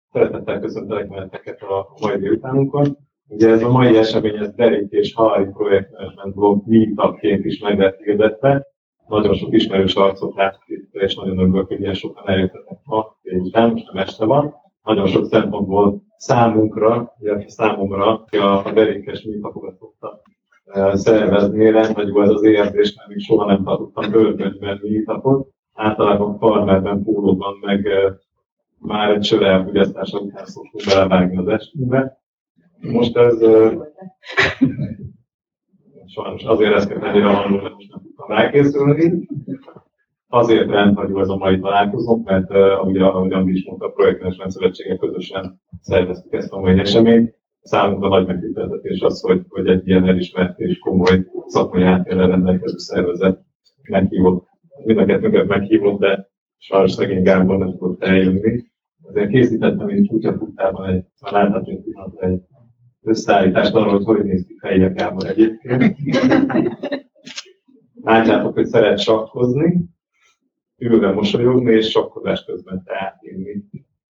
Szeretettel köszöntelek benneteket a mai délutánunkon. Ugye ez a mai esemény, ez Derék és Hajj projektmenedzsment blog meetupként is meg lett hirdetve. Nagyon sok ismerős arcot látok itt, és nagyon örülök, hogy ilyen sokan eljöttetek ma délután, most nem este van. Nagyon sok szempontból számunkra, illetve számomra a Derékes meetupokat szoktam szervezni. Rendhagyó ez az érzés, mert még soha nem tartottam bőrkönyvben meetupot. Általában farmerben, pólóban, meg már egy sör elfogyasztása után szoktunk belevágni az estünkbe. Most ez sajnos azért ezt kell ennyire hangolni, mert most nem tudtam rákészülni. Azért rendhagyó ez a mai találkozónk, mert ahogyan is mondta, a Projektmenedzsment Szövetséggel közösen szerveztük ezt a mai eseményt. Számunkra nagy megtiszteltetés az, hogy egy ilyen elismert és komoly szakmai háttérrel rendelkező szervezet meghívott. Mind a kettőnket meghívott, de sajnos szegény Gábor nem tudott eljönni. Ezért készítettem én kutyafutában egy összeállítást arról, hogy néz ki Fejjel Gábor egyébként. Látjátok, hogy szeret sakkozni, ülve mosolyogni és sakkozás közben teát inni.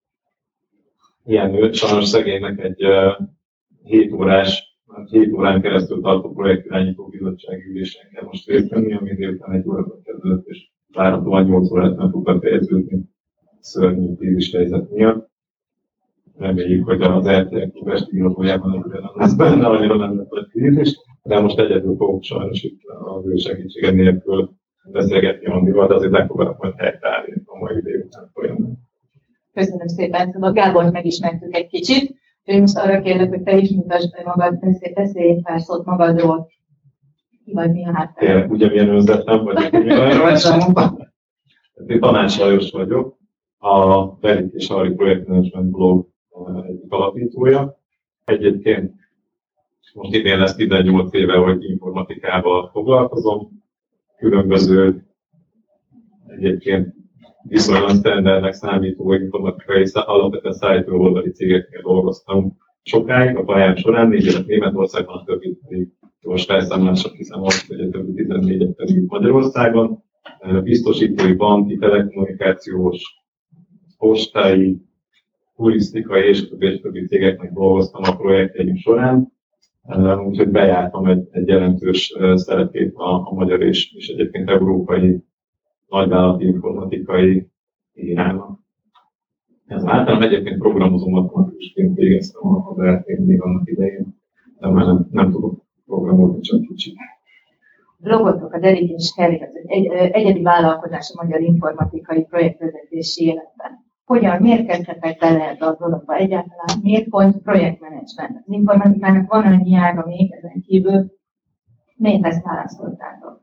Ilyen nőtt, sajnos szegénynek egy 7 órán keresztül tartó projektirányító bizottsági ülésen kell most részt venni, ami délután 1 órakor kezdődött, és várhatóan 8 órát nem fog befejeződni szörnyű krízis helyzet miatt. Reméljük, hogy az RTL Klub esti irodójában nem lesz benne, annyira nem lesz a krízis, de most egyedül fogok sajnos itt az ő segítsége nélkül beszélgetni Andival, de azért megpróbálok majd helytállni a mai délután folyamán. Köszönöm szépen, a Gábort megismertük egy kicsit. Én most arra kérlek, hogy te is mutasd be magad, beszélj egy pár szót magadról. Ki vagy, mi a háttér? Tényleg ugyanilyen önzetlen vagyok, mint olyan sem mondtam. Én Tanács Lajos vagyok, a Derék és Hajj projektmenedzsment blog egyik alapítója. Egyébként most idén lesz 18 éve, hogy informatikával foglalkozom. Különböző egyébként viszonylag standardnek számító informatikai alapvetően szállító-oldali cégekkel dolgoztam sokáig a pályám során, 4 évet Németországban, a többit pedig gyors felszámolásra hiszem azt, hogy a többi 14-et pedig Magyarországon. Biztosítói, banki, telekommunikációs, postai, turisztikai és többi cégeknek dolgoztam a projektjeim során. Úgyhogy bejártam egy jelentős szerepét a magyar és egyébként európai nagyvállalati informatikai iránynak. Ez általában egyébként programozó matematikusként végeztem a BRT-n még annak idején, de már nem tudok programozni, csak kicsit. Blogotok a Derék és Hajj, egy egyedi vállalkozás a magyar informatikai projektvezetési életben. Miért kezdtetek bele ebbe a dologba egyáltalán? Miért pont projektmenedzsment? Az informatikának van annyi ága még ezen kívül, miért ezt választottátok?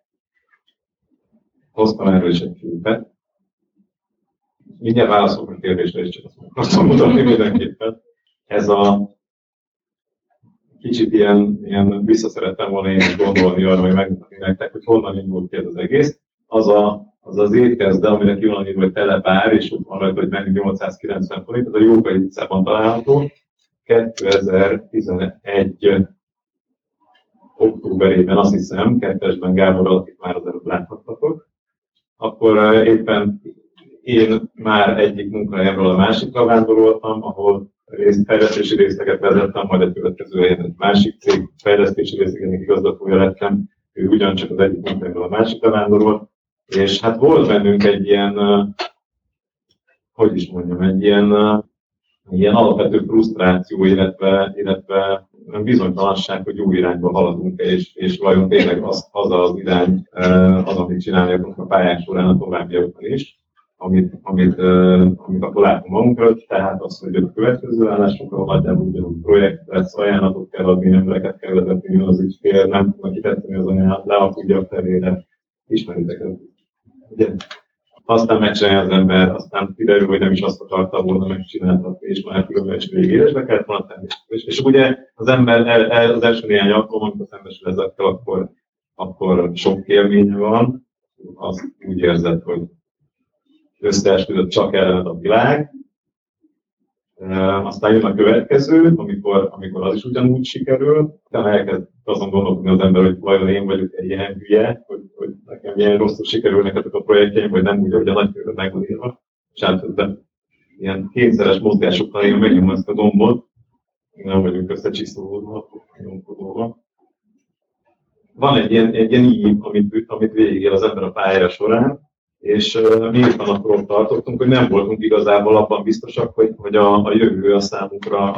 Hoztam erről is egy képet. Mindjárt válaszolok a kérdésre, és csak azt akartam mutatni mindenképpen. Ez a kicsit ilyen visszaszerettem volna én is gondolni arra, hogy megmutatni nektek, hogy honnan indult ki ez az egész. Az étkezde, amire ki van írva, hogy telepár, és ott van rajta, hogy mennyi 890 forint, ez a Jókai utcában található. 2011 októberében, azt hiszem, 2-esben Gáborral, akit már az előbb láthattatok. Akkor éppen én már egyik munkahelyemről a másikra vándoroltam, ahol fejlesztési részleget vezettem, majd egy következő helyen egy másik cég fejlesztési részlegének igazgatója lettem, ő ugyancsak az egyik munkahelyemről a másikra vándorolt. És hát volt bennünk egy ilyen, egy ilyen alapvető frusztráció, illetve bizonytalanság, hogy jó irányba haladunk, és vajon tényleg az irány, amit csinálni akarunk a pályák során a továbbiakban is, amit akkor látunk magunkra, tehát az, hogy a következő állásokra nagyjából ugyanúgy projekt lesz, ajánlatot kell adni, embereket kell vezetni, az ügyfél nem tudnak kitetteni az ajánlat, leakudja a felére, ismeritek ezt. Ugye? Aztán megcsinálja az ember, aztán kiderül, hogy nem is azt akarta volna megcsináltatni, és már különben is még élesbe kellett volna tenni. És ugye az ember az első néhány alkalommal, amikor szembesül ezekkel, akkor sok élménye van, azt úgy érzed, hogy összeesküdött csak ellened a világ. Aztán jön a következő, amikor az is ugyanúgy sikerül, utána elkezd azon gondolkodni az ember, hogy vajon én vagyok egy ilyen hülye, hogy nekem ilyen rosszul sikerülnek ezek a projektjeim, vagy nem úgy, ahogy a nagykövet meg van írva, és átvettem ilyen kényszeres mozgásokkal én megnyomom ezt a gombot, nem vagyunk összecsiszolódva, nyomkodóva. Van egy ilyen ív, amit végigél az ember a pályája során, és mi éppen akkor ott tartottunk, hogy nem voltunk igazából abban biztosak, hogy a jövő a számunkra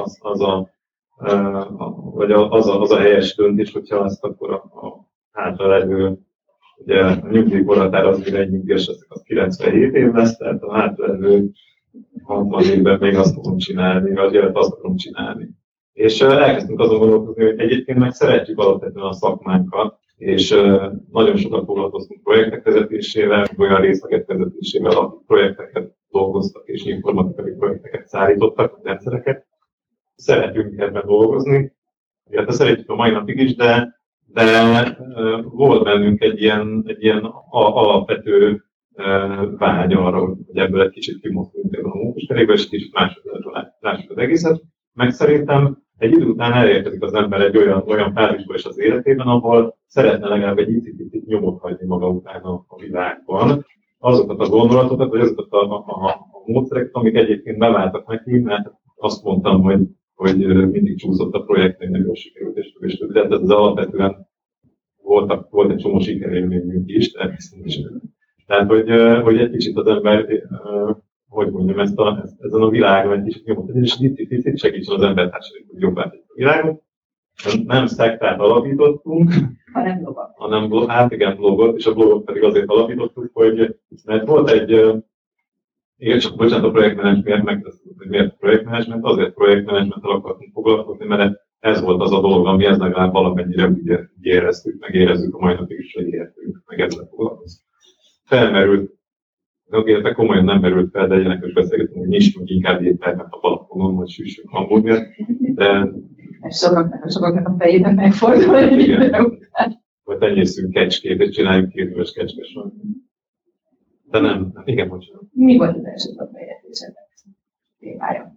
az a helyes döntés, hogyha ezt akkor a hátralevő, ugye a nyugdíjkorhatár az mire egy nyugdíjas, az 97 év lesz, tehát a hátralevő 60 évben még azt fogom csinálni, vagy azt akarom csinálni. És elkezdtünk azon gondolkozni, hogy egyébként meg szeretjük alapvetően a szakmánkat, és nagyon sokat foglalkoztunk projektek vezetésével, olyan részleget vezetésével, akik projekteket dolgoztak és informatikai projekteket szállítottak, rendszereket. Szeretünk ebben dolgozni, illetve szeretjük a mai napig is, de volt bennünk egy ilyen alapvető vágy arra, hogy ebből egy kicsit kimozdulunk ebből a munkáskerékből, és kicsit mások az egészet. Meg szerintem egy idő után elérkezik az ember egy olyan fázisba is az életében, ahol szeretne legalább egy icipicit nyomot hagyni maga után a világban. Azokat a gondolatokat, vagy azokat a módszereket, amik egyébként beváltak neki, mert azt mondtam, hogy mindig csúszott a projekt, nagyon sikerült, és de ez az alapvetően volt egy csomó sikerélményünk is, természetesen. Tehát, hogy egy kicsit az ember, hogy mondjam, ezen a világon egy kicsit nyomot, és itt segítsen az ember társadalmi, hogy jobbá tegye a világot. Nem szektát alapítottunk, hanem blogot, és a blogot pedig azért alapítottuk, mert volt igen, csak bocsánat, a projektmenedzsment, hogy miért projektmenedzsment, azért projektmenedzsmenttel akartunk foglalkozni, mert ez volt az a dolog, ami ez legalább valamennyire úgy éreztük, meg érezzük a mai napig is, hogy értünk, meg ezzel foglalkozni. Felmerült, de komolyan nem merült fel, de ilyenek is beszélgetünk, hogy nyissunk inkább éttermet a Balatonon, vagy süssünk hamburgert, de... Sokaknak a fejében megfordul egy idő után. Vagy tenyészünk kecskét, és csináljuk 2 éves kecskesor. De nem, igen, bocsánat. Mi volt az első blogbejegyzésetek témája?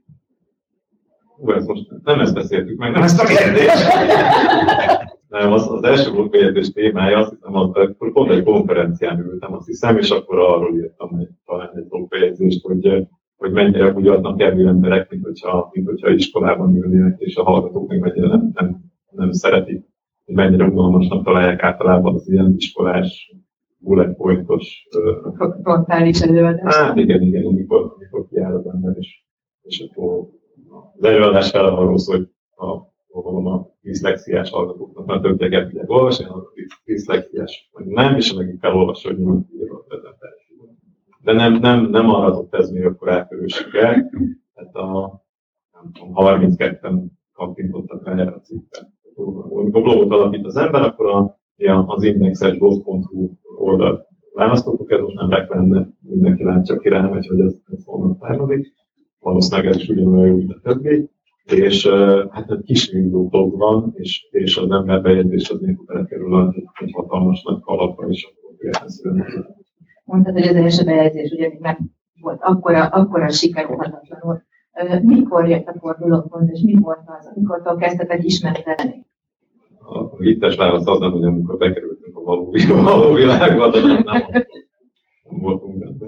Ezt most nem ezt beszéltük meg, nem ezt a kérdést. Nem, az első blogbejegyzés témája, azt hiszem, akkor pont egy konferencián ültem, azt hiszem, és akkor arról írtam talán egy blogbejegyzést, hogy mennyire úgy adnak elő emberek, mint hogyha iskolában ülnének, és a hallgatók meg mennyire nem szeretik, hogy mennyire unalmasnak találják általában az ilyen iskolás, bullet pointos... Frontális előadás. Hát igen, amikor kiáll az ember, és akkor az előadás fel arról szól, hogy a diszlexiás hallgatóknak, mert többek el tudják olvasni, a diszlexiás nem, és megint felolvasni, hogy nyújt írva a prezentációban. De nem arra adott ez még akkor átörősük el, tehát nem tudom, 32-en kattintottak rá erre a cikkre. Amikor blogot alapít az ember, akkor az indexes blog.hu oldalt választottuk, ez most nem reklám, mindenki látja, aki rámegy, hogy ez honnan származik. Valószínűleg ez is ugyanolyan jó, mint a többi. És hát egy kis induló blog van, és az ember bejegyzés az még belekerül egy hatalmas nagy kalapra, és akkor érkezően. Mondtad, hogy az első bejegyzés ugye még nem volt akkora sikerülhetetlenül. Mikor jött a fordulópont, és mi volt az, amikor kezdtetek ismertelni? A hittes válasz az nem, hogy amikor bekerültünk a való világba, de nem voltunk benne.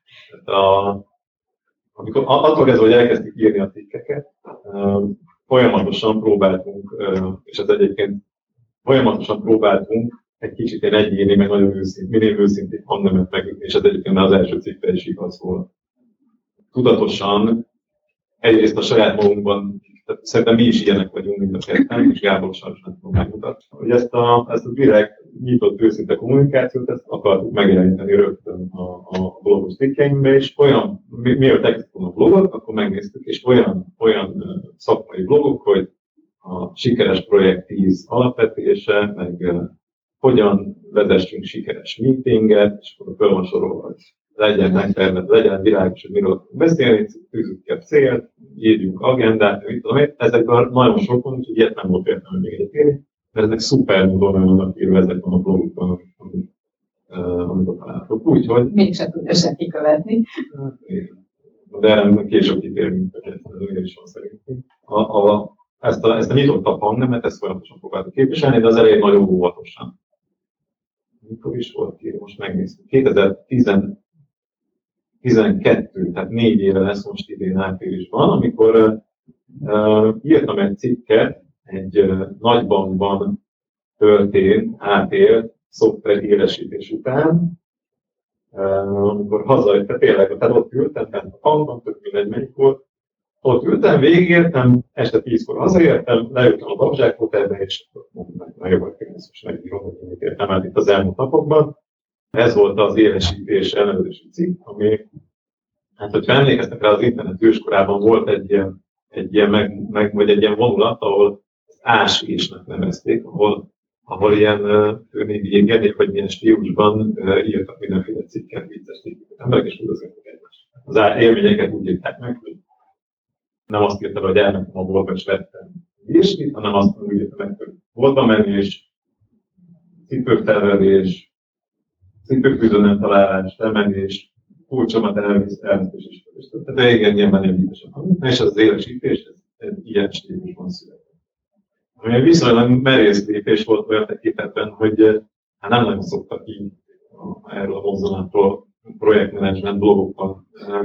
Amikor attól kezdve, hogy elkezdtük írni a cikkeket, folyamatosan próbáltunk, és ez egyébként folyamatosan próbáltunk egy kicsit ilyen egyéni, meg nagyon minél őszintén hangnemet megütni, és ez egyébként már az első cikkre is igaz volt. Tudatosan, egyrészt a saját magunkban, tehát szerintem mi is ilyenek vagyunk, mint a ketten, és Gábor sajnos nem tudom megmutatni, hogy ezt a direkt nyitott őszinte kommunikációt, ezt akartuk megjeleníteni rögtön a blogos cikkeinkbe, és mielőtt elkezdtünk a blogot, akkor megnéztük, és olyan szakmai blogok, hogy a sikeres projekt 10 alapvetése, meg hogyan vezessünk sikeres meetinget, és akkor föl van sorolva, hogy legyen megtervezett, legyen világos, hogy miről tudunk beszélni, tűzünk ki a célt, írjunk agendát, mit tudom én. Ezekben nagyon sok van, úgyhogy ilyet nem volt értelme még egyébként, mert ezek szuper módon vannak írva ezekben a blogokban, amit ott találtok. Úgyhogy... Mégsem tudja senki követni. De erre később kitérünk, hogy ez is van szerintünk. Ezt a nyitottabb hangnemet, ezt folyamatosan próbáltuk képviselni, de az elején nagyon óvatosan. Mikor is volt ki, most megnéztük. 2010 12, tehát 4 éve lesz most idén áprilisban, amikor írtam egy cikket egy nagy bankban átélt szoftver élesítés után, amikor hazajöttem, tényleg, tehát ott ültem bent a bankban, tök mindegy melyik volt, ott ültem, végigértem, este 10-kor hazaértem, leültem a Babzsák Hotelbe, és mondtam, na jó, hogy most megírom, hogy mit értem el itt az elmúlt napokban. Ez volt az élesítés ellenőrzési cikk, ami, hát hogyha emlékeztek rá, az internet őskorában volt egy ilyen vonulat, ahol az ásvésnek nevezték, ahol ilyen jegyek, vagy milyen stílusban írtak mindenféle cikket, vicces cikket, emberek, és tudozgattak egymást. Az élményeket úgy írták meg, hogy nem azt írtam, hogy elmentem a boltba, és vettem ilyesmit, hanem azt úgy írtam meg, hogy boltba menni, és cipőfelverés, cipőfűzőn találás, lemenés, kulcsomat elvesztés is. Tehát igen, nyilván nem vitesen. És az élesítés, ez ilyen stílusban született. Ami viszonylag merész lépés volt olyan tekintetben, hogy hát nem nagyon szoktak így erről a mozzanattól projektmenedzsment dolgokban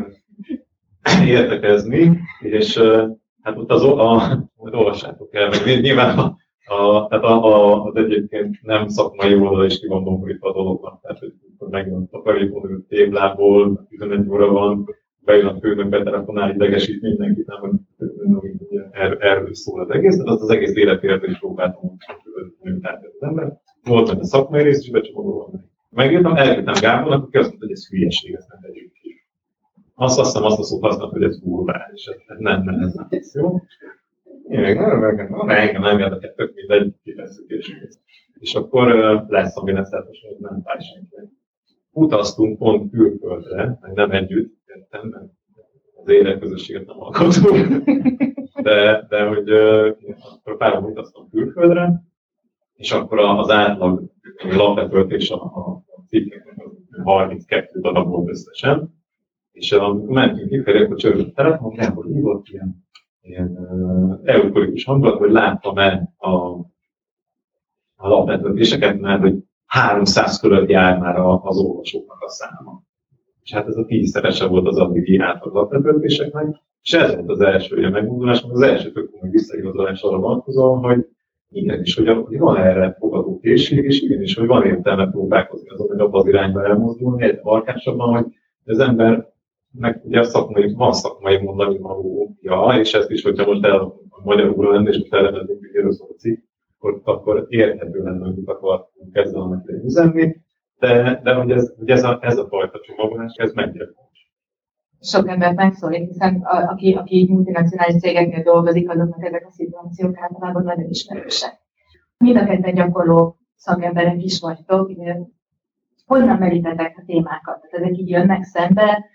értekezni, és hát ott majd olvassátok el, meg nyilván az egyébként nem szakmai oldal is kivondom, hogy itt a dolognak, tehát hogy megvan a felépolő téblából, 11 óra van, bejön a főnök, betelefonál, idegesít mindenkit, nem, erről szól az egész, tehát az egész életéletet is próbáltam átadni az ember. Volt benne szakmai rész, és becsomagolom. Megírtam, elküldtem Gábornak, aki azt mondta, hogy ez hülyeség, ezt nem tegyük ki. Azt hiszem, azt a szót használt, hogy ez kurvá, és ez nem lesz jó. Én meg engem nem érdekel, tök mindegy, kivesszük és akkor lesz, ami lesz, hogy nem fáj senki. Utaztunk pont külföldre, meg nem együtt, értem, mert az életközösséget nem alkotunk, de hogy akkor párom utaztam külföldre, és akkor az átlag lapbetöltés a cikkeknek 32 darab volt összesen, és amikor mentünk kifelé, akkor csörgött a telefon, hogy hívott ilyen euforikus hangulat, hogy láttam-e a lapbetöltéseket, mert hogy 300 fölött jár már az olvasóknak a száma. És hát ez a 10-szerese volt az addigi átlag lapbetöltéseknek, és ez volt az első ilyen megmozdulás, mert az első tök komoly visszaigazolás arra vonatkozóan, hogy igenis, hogy van erre fogadó készség, és igenis, hogy van értelme próbálkozni azon, hogy abban az irányba elmozdulni, egy markásabban, hogy az embernek ugye van szakmai mondani valója, és ezt is, hogyha most magyarul lenne, és most ellenőrzünk, hogy erről szól a cikk, akkor érthető lenne, hogy mit akartunk ezzel a megfelelően üzenni, de hogy ez a fajta csomagolás, ez mennyire fontos. Sok embert megszólít, hiszen aki multinacionális cégeknél dolgozik, azoknak ezek a szituációk általában nagyon ismerősek. Mind a ketten gyakorló szakemberek is vagytok, honnan merítetek a témákat? Tehát ezek így jönnek szembe.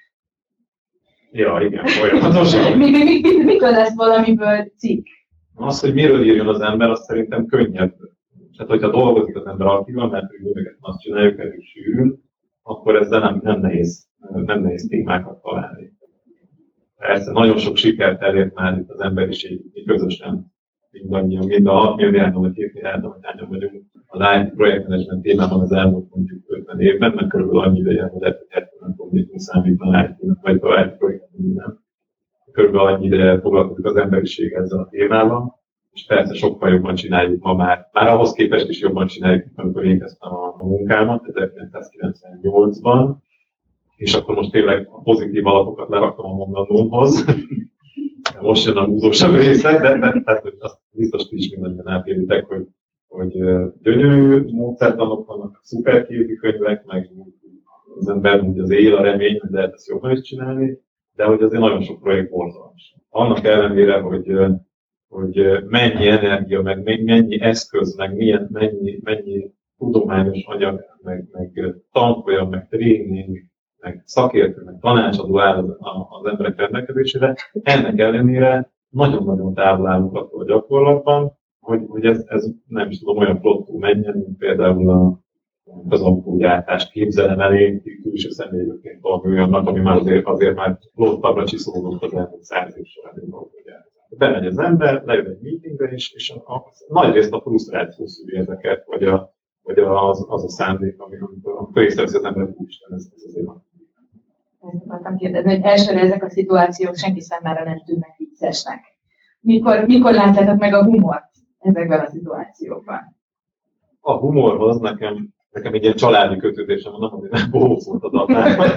Ja, igen, folyamatosan. Mikor lesz valamiből cikk? Az, hogy miről írjon az ember, az szerintem könnyebb. Tehát, hogyha dolgozik az ember aktívan, mert őket azt csináljuk elég sűrűn, akkor ezzel nem nehéz témákat találni. Persze nagyon sok sikert elért már itt az emberiség közösen, mindannyian, mind a 6 milliárdon vagy 7 milliárdon, hogy hányan vagyunk az IT projektmenedzsment témában az elmúlt mondjuk 50 évben, mert körülbelül annyi ideje, hogy nem tudom, mit számítani IT-nak, vagy a IT projektnek nem. Körülbelül annyi ideje foglalkozik az emberiség ezzel a témával, és persze sokkal jobban csináljuk ma már ahhoz képest is jobban csináljuk, amikor én kezdtem a munkámat 1998-ban, és akkor most tényleg a pozitív alapokat leraktam a mondanómhoz. Most jön a húzósabb részek, de azt biztos is mindannyian átéritek, hogy gyönyörű módszertanok vannak, szuper kézikönyvek, meg az ember úgy az él a remény, hogy lehet ezt jobban is csinálni, de hogy azért nagyon sok projekt borzalmas. Annak ellenére, hogy mennyi energia, meg mennyi eszköz, meg mennyi tudományos anyag, meg tanfolyam, meg tréning, meg szakértő, meg tanácsadó áll az emberek rendelkezésére, ennek ellenére nagyon-nagyon távol állunk attól a gyakorlatban, hogy ez nem is tudom, olyan flottul menjen, mint például az autógyártást képzelem elé, külső személyőként valami olyannak, ami már azért már flottabbra csiszolódott az elmúlt 100 év során egy autógyártás. Bemegy az ember, lejön egy meetingre, és nagyrészt a frusztráció szüli ezeket, vagy az a szándék, amikor észreveszi az ember, úristen, ez azért van. Ezt akartam kérdezni, hogy elsőre ezek a szituációk senki számára nem tűnnek viccesnek. Mikor látjátok meg a humort ezekben a szituációkban? A humorhoz nekem egy ilyen családi kötődésem van, hogy nem bohózott a datában.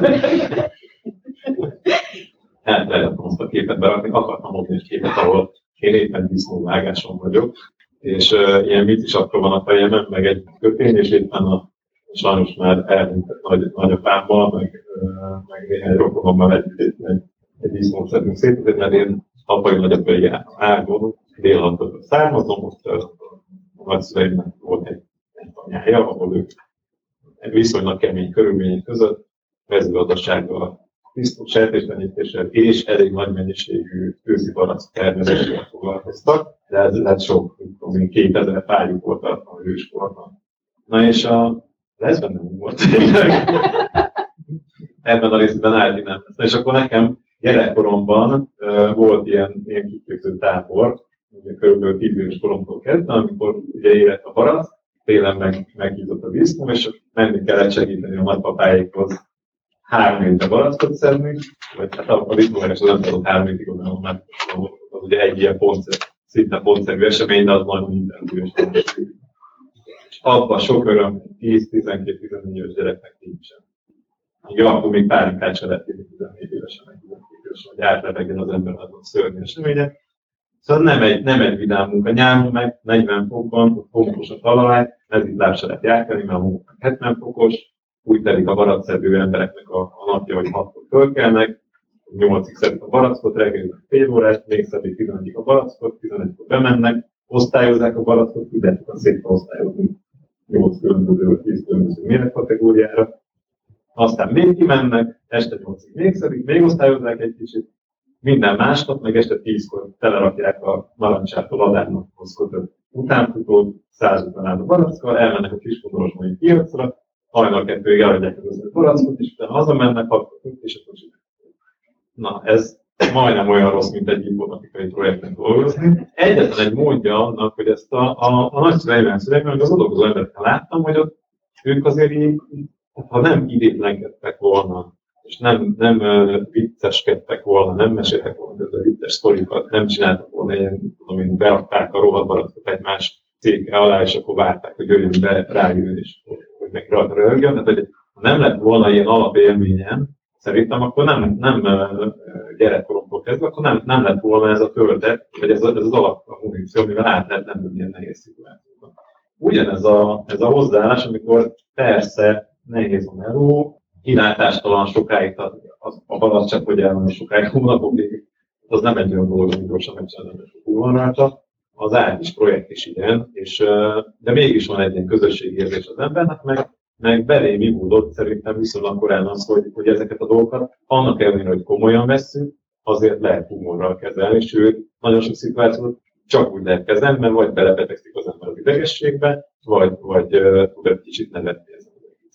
El lehetett azt a képet berakni, akartam ott egy képet, ahol én éppen disznóvágáson vagyok, és ilyen viccisapka van a fejemben, meg egy kötény, és éppen sajnos már elhintett nagyapámmal, meg néhány rokonommal egy disznót szedünk szét, mert én apai nagyapai ágon Dél-Antottól származom, ott a nagyszüleimnek volt egy anyája, ahol ők viszonylag kemény körülmények között mezőgazdasággal, tisztó sertéstenyésztéssel és elég nagy mennyiségű őszi barack termelésével foglalkoztak, de ez lett sok, mint 2000 fájuk volt a hőskorban. Na és ez benne humor tényleg. Ebben a részben állni nem lesz. És akkor nekem gyerekkoromban volt ilyen kiképző tábor, körülbelül 10 éves koromtól kezdve, amikor ugye érett a barack, télen meghízott a disznó, és menni kellett segíteni a nagypapáikhoz 3 évre barackot szedni, vagy hát a disznóvárás az nem tudott 3 évig, hanem már az ugye egy ilyen szinte pontszerű esemény, de az nagyon intenzív. És abban sok öröm 10-12-14 éves gyereknek nincsen. Igen, akkor még pálinkát se lett 14 évesen, meg 12 évesen, hogy átlebegjen az ember azon szörnyű események. Szóval nem egy vidám munka. Nyáron meg 40 fokban, homokos a talaj, mezitláb se lehet járkálni, mert a munkák 70 fokos, úgy telik a baraccszedő embereknek a napja, hogy 6-kor fölkelnek, 8-ig szedik a barackot, reggeliznek fél órát, még szedik 11-ig a barackot, 11-kor bemennek, osztályozzák a barackot, ide tudnak szépen osztályozni 8 különböző vagy 10 különböző méretkategóriára. Aztán még kimennek, este 8-ig még szedik, még osztályozzák egy kicsit, minden másnap, meg este 10-kor telerakják a narancsától adárnaphoz kötött utánfutót, 150 áll a barackkal, elmennek a Kiskundoros-mai piacra, hajnal 2-ig eladják az összes barackot, és utána hazamennek, 6-kor és akkor csinálják. Na, ez majdnem olyan rossz, mint egy informatikai projekten dolgozni. Egyetlen egy módja annak, hogy ezt a nagyszüleimben, meg az adókozó emberekkel láttam, hogy ott ők azért így, ha nem idétlenkedtek volna, és nem vicceskedtek volna, nem meséltek volna ezzel vicces sztorikat, nem csináltak volna ilyen, tudom én, beadták a rohadt barackot egymás cégre alá, és akkor várták, hogy jöjjön be rájön, és hogy meg röhögjön. Tehát, hogy ha nem lett volna ilyen alapélményem, szerintem akkor nem gyerekkoromtól kezdve, akkor nem lett volna ez a töltet, vagy ez az alapmuníció, amivel át lehet nem ilyen nehéz szituációban. Ugyanez ez a hozzáállás, amikor persze nehéz a meló, kilátástalan sokáig, a barack csak hogy elmenni sokáig, hónapokig, az nem egy olyan dolog, amit gyorsan megcsinálni, hogy túl van rajta. Az ÁGIS projekt is ilyen, de mégis van egy ilyen közösségérzés az embernek, meg belém ivódott szerintem viszonylag korán az, hogy ezeket a dolgokat annak ellenére, hogy komolyan vesszük, azért lehet humorral kezelni, sőt, nagyon sok szituációt csak úgy lehet kezelni, mert vagy belebetegszik az ember az idegességbe, vagy tud egy kicsit nevetni ezen.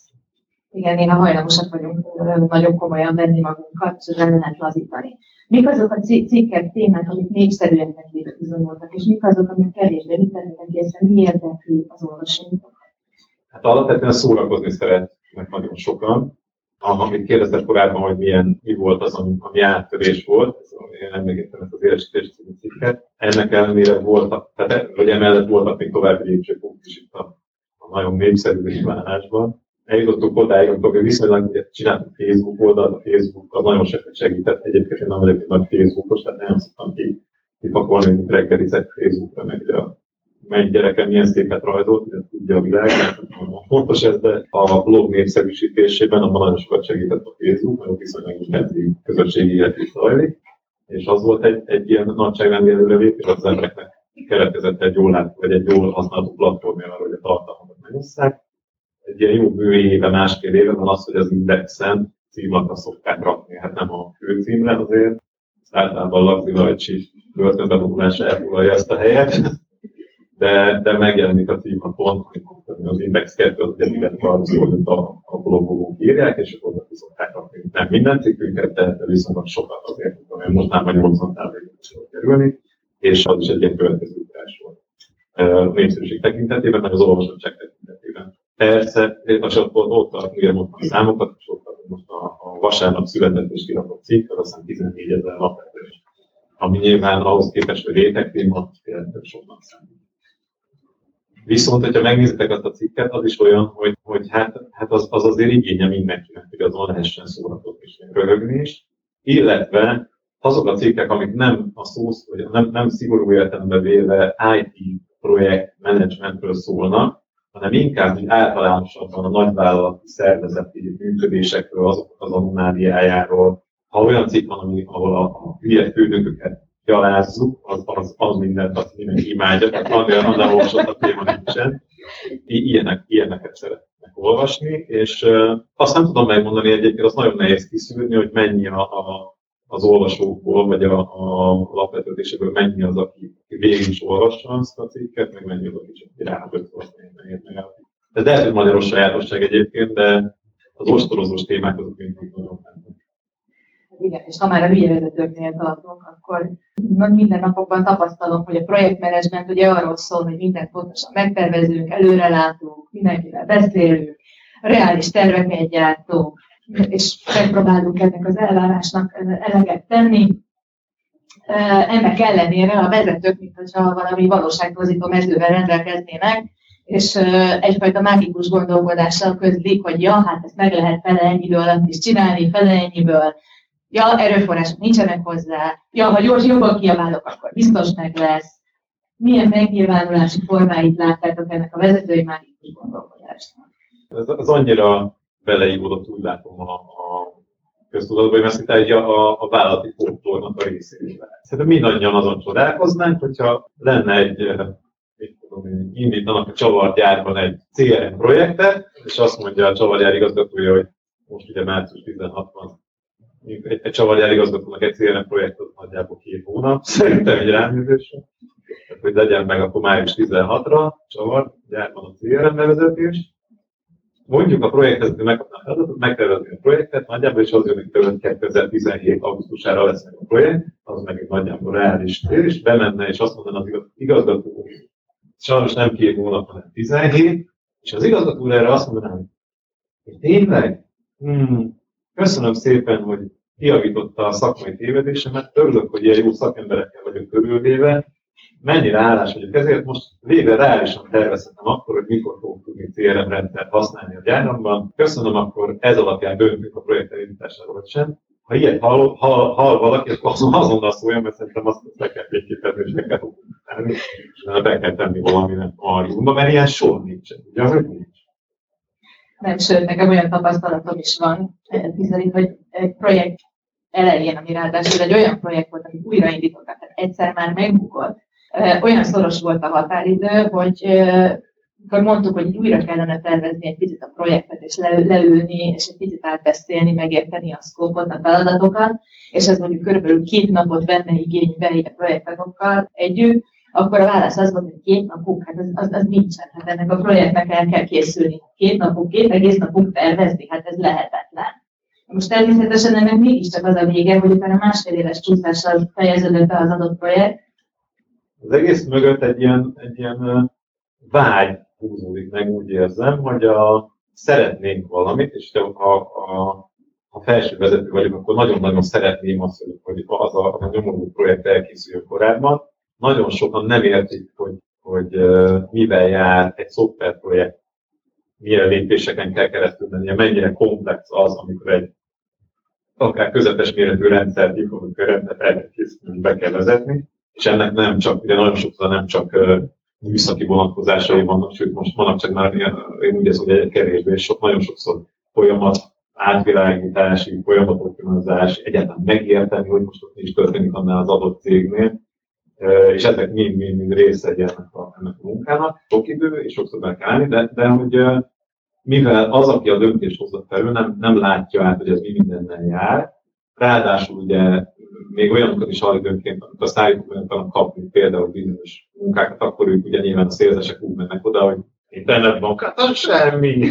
Igen, néha hajlamosak vagyunk nagyon komolyan venni magunkat, és nem lehet lazítani. Mik azok a cikkek, témák, amik népszerűeknek bizonyultak, és mik azok, amik kevésbé, mit tennének észre, mi érdekli az olvasóinkat? Hát alapvetően szórakozni szeretnek nagyon sokan. Amit kérdezted korábban, hogy mi volt az, ami áttörés volt, én emlékeztem ezt az Élesítés című cikket. Ennek ellenére voltak, tehát hogy emellett voltak még további lépcsőpontok is itt a nagyon népszerű reklámásban. Eljutottunk odáig, amikor viszonylag csináltuk Facebook oldalt, a Facebook az nagyon sokat segített. Egyébként én nem vagyok egy nagy Facebookos, tehát nem szoktam kipakolni, mint reggelizek Facebookra, meg a melyik gyerekem milyen szépet rajzolt, hogy tudja a világ, fontos ez, de a blog népszerűsítésében abban nagyon sokat segített a Facebook, mert viszonylag intenzív közösségi élet is zajlik, és az volt egy ilyen nagyságrendi előrelépés, az embereknek keletkezett egy jól látható, vagy egy jól használható platformja, hogy a tartalmakat megosszák. Egy ilyen jó bő éve, másfél éve van az, hogy az Indexen címlapra szokták rakni, hát nem a főcímre azért, általában Lagzi Lajcsi börtönbevonulás elfoglalja ezt a helyet, de megjelenik a címlapon, az Index 2 az ugye mindent arról szól, hogy a blogolók írják, és akkor oda szokták rakni. Nem minden cikkünket, de viszonylag sokat azért, mert most már 80%-ra kerülni, és az is egy ilyen következő ugrás volt. A népszerűség tekintetében, meg az olvasottság tekintetében. Persze, és ott ugye mondtam a számokat, és ott most a vasárnap született és kirakott cikk, aztán 14 000 lapvetős. Ami nyilván ahhoz képest, hogy rétegtéma, tényleg soknak számít. Viszont, hogyha megnézitek azt a cikket, az is olyan, hogy hát az azért igénye mindenkinek, hogy azon lehessen szórakozni és röhögni is, illetve azok a cikkek, amik nem a nem szigorú értelemben véve IT projekt menedzsmentről szólnak, hanem inkább általánosabban a nagyvállalati szervezeti működésekről, azok az anomáliájáról. Ha olyan cikk van, ahol a hülye főnököket gyalázzuk, az mindent, azt mindenki imádja, tehát annál olvasott a téma nincsen. Ilyeneket szeretnek olvasni, és azt nem tudom megmondani egyébként, azt nagyon nehéz kiszűrni, hogy mennyi az olvasókból, vagy a lapvetőtésekből mennyi az, aki végig is olvassa azt a cikket, meg mennyi az, aki csak rábölt meg. Ez lehet, hogy magyaros sajátosság egyébként, de az ostorozós témák azok mindig nagyon fennek. Igen, és ha már a hülye vezetőknél tartunk, akkor minden napokban tapasztalom, hogy a projektmenedzsment ugye arról szól, hogy mindent pontosan megtervezünk, előrelátunk, mindenkivel beszélünk, reális terveket gyártunk, és megpróbálunk ennek az elvárásnak eleget tenni. Ennek ellenére a vezetők, mintha valami valóságtorzító mezővel rendelkeznének, és egyfajta mágikus gondolkodással közlik, hogy ja, hát ezt meg lehet fele ennyi idő alatt is csinálni, fele ennyiből, ja, erőforrások nincsenek hozzá, ja, ha jobban kiabálok, akkor biztos meg lesz. Milyen megnyilvánulási formáit láttátok ennek a vezetői mágikus gondolkodásnak? Ez annyira beleívódott, úgy látom a köztudatban, hogy ezt itt a vállalati folklórnak a részévé lehet. Szerintem mindannyian azon csodálkoznánk, hogyha lenne indítanak a csavargyárban egy CRM projektet, és azt mondja a csavargyár igazgatója, hogy most ugye március 16 van, egy csavargyár igazgatónak egy CRM projekt az nagyjából 2 hónap, szerintem egy ránézésre, tehát hogy legyen meg akkor május 16-ra csavargyárban a CRM bevezetés. Mondjuk a projektvezető megkapná a feladatot, megtervezni a projektet, nagyjából is az jön, hogy 2017. augusztusára lesz meg a projekt, az meg egy nagyjából reális, és bemenne, és azt mondaná az igazgató, hogy sajnos nem 2 hónap, hanem 17, és az igazgató erre azt mondaná, hogy tényleg? Köszönöm szépen, hogy kijavította a szakmai tévedésemet, örülök, hogy ilyen jó szakemberekkel vagyok körülvéve, mennyire hálás vagyok ezért, most végre reálisan tervezhetem akkor, hogy mikor fogok tudni CRM rendszert használni a gyáramban. Köszönöm, akkor ez alapján döntünk a projekt elindításáról vagy sem. Ha ilyet hall valaki, akkor azonnal szóljon, mert szerintem azt le kell fényképezni, és meg kell tenni, és be kell tenni valaminek arjúba, mert ilyen sor nincsen. Ugye, hogy nincs? Nem, sőt, nekem olyan tapasztalatom is van, hiszen hogy egy projekt elején, ami ráadásul egy olyan projekt volt, amit újraindítottak, tehát egyszer már megbukott. Olyan szoros volt a határidő, hogy akkor mondtuk, hogy újra kellene tervezni egy picit a projektet, és leülni, és egy picit átbeszélni, megérteni a szkópot, a feladatokat, és ez mondjuk körülbelül 2 napot venne igénybe a projektagokkal együtt, akkor a válasz az volt, hogy 2 napunk, hát az nincsen, hát ennek a projektnek el kell készülni. 2 napunk, 2 egész napunk tervezni, hát ez lehetetlen. Most természetesen ennek mégiscsak az a vége, hogy utána 1,5 éves csúszással fejeződött be az adott projekt. Az egész mögött egy ilyen vágy húzódik meg, úgy érzem, hogy szeretnénk valamit, és ha felső vezető vagyok, akkor nagyon-nagyon szeretném azt, hogy az a nyomorú projekt elkészüljön korábban. Nagyon sokan nem értik, hogy mivel jár egy szoftverprojekt, milyen lépéseken kell keresztül mennie, mennyire komplex az, amikor egy akár közepes méretű rendszert, amikor rendszert el kell készíteni, be kell vezetni, és ennek nem csak, ugye nagyon sokszor nem csak műszaki vonatkozásai vannak, sőt most manapság már én úgy érzem, hogy egy kevésbé, és nagyon sokszor folyamat átvilágítási, folyamat optimalizás, egyáltalán megérteni, hogy most ott is történik annál az adott cégnél, és ezek mind része ennek a munkának, sok idő, és sokszor meg kell állni, de hogy mivel az, aki a döntést hozott felül, nem látja át, hogy ez mi mindennel jár, ráadásul ugye még olyanokat is időnként, amikor a szállítók meg kapni például bizonyos munkákat, akkor ők ugye nyilván a szélzesek úgy mennek oda, hogy internetbankát, az semmi,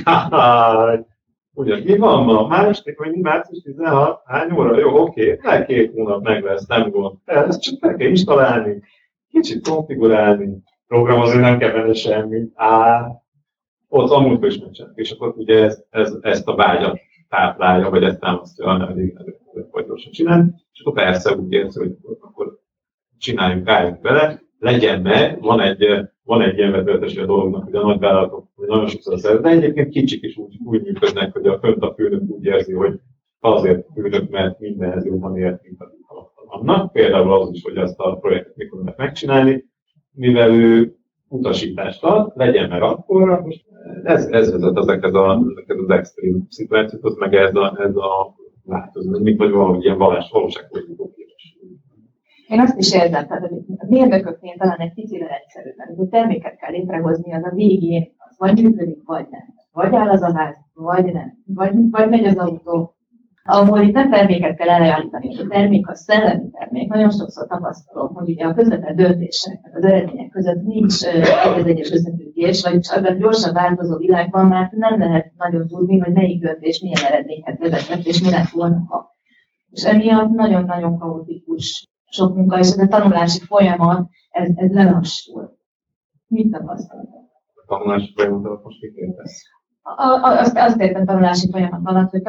ugye mi van ma? Március 16, hány óra? Jó, oké, 2 hónap meg lesz, nem gond. Ezt csak meg kell installálni, kicsit konfigurálni, programozni nem kell benne semmit, ott amúgy is megcsinálni. És akkor ugye ezt a vágyat táplálja, vagy ezt támasztja a vagy gyorsan csinálni, és akkor persze úgy érzi, hogy akkor csináljunk, álljunk bele, legyen meg, van egy ilyen vetületes a dolognak, hogy a nagyvállalatok nagyon sokszor szerint, de egyébként kicsik is úgy működnek, hogy a főnök úgy érzi, hogy azért főnök, mert mindenhez jobban ért, mint a vannak. Például az is, hogy ezt a projektet mikor lehet megcsinálni, mivel ő utasítást ad, legyen meg akkor, most ez vezet ezekhez az extrém szituációkhoz, meg ez a változó, mint vagy valahogy ilyen valóságpolitikai képes. Én azt is érzem, tehát a mérnököknél talán egy picire egyszerűen, hogy terméket kell létrehozni, az a végén az vagy működik, vagy nem. Vagy áll az a ház, vagy nem. Vagy megy az autó. Ahol itt nem terméket kell előállítani, a termék a szellemi termék. Nagyon sokszor tapasztalom, hogy ugye a közvetlen döntések, az eredmények között nincs egy egyes összefüggés, vagyis abban gyorsan változó világban már nem lehet nagyon tudni, hogy melyik döntés milyen eredményhez vezetett, és mi lett volna, ha. És emiatt nagyon-nagyon kaotikus sok munka, és ez a tanulási folyamat, ez lelassul. Mit tapasztaltok? A tanulási folyamat most mit értesz? Azt értem tanulási folyamat alatt, hogy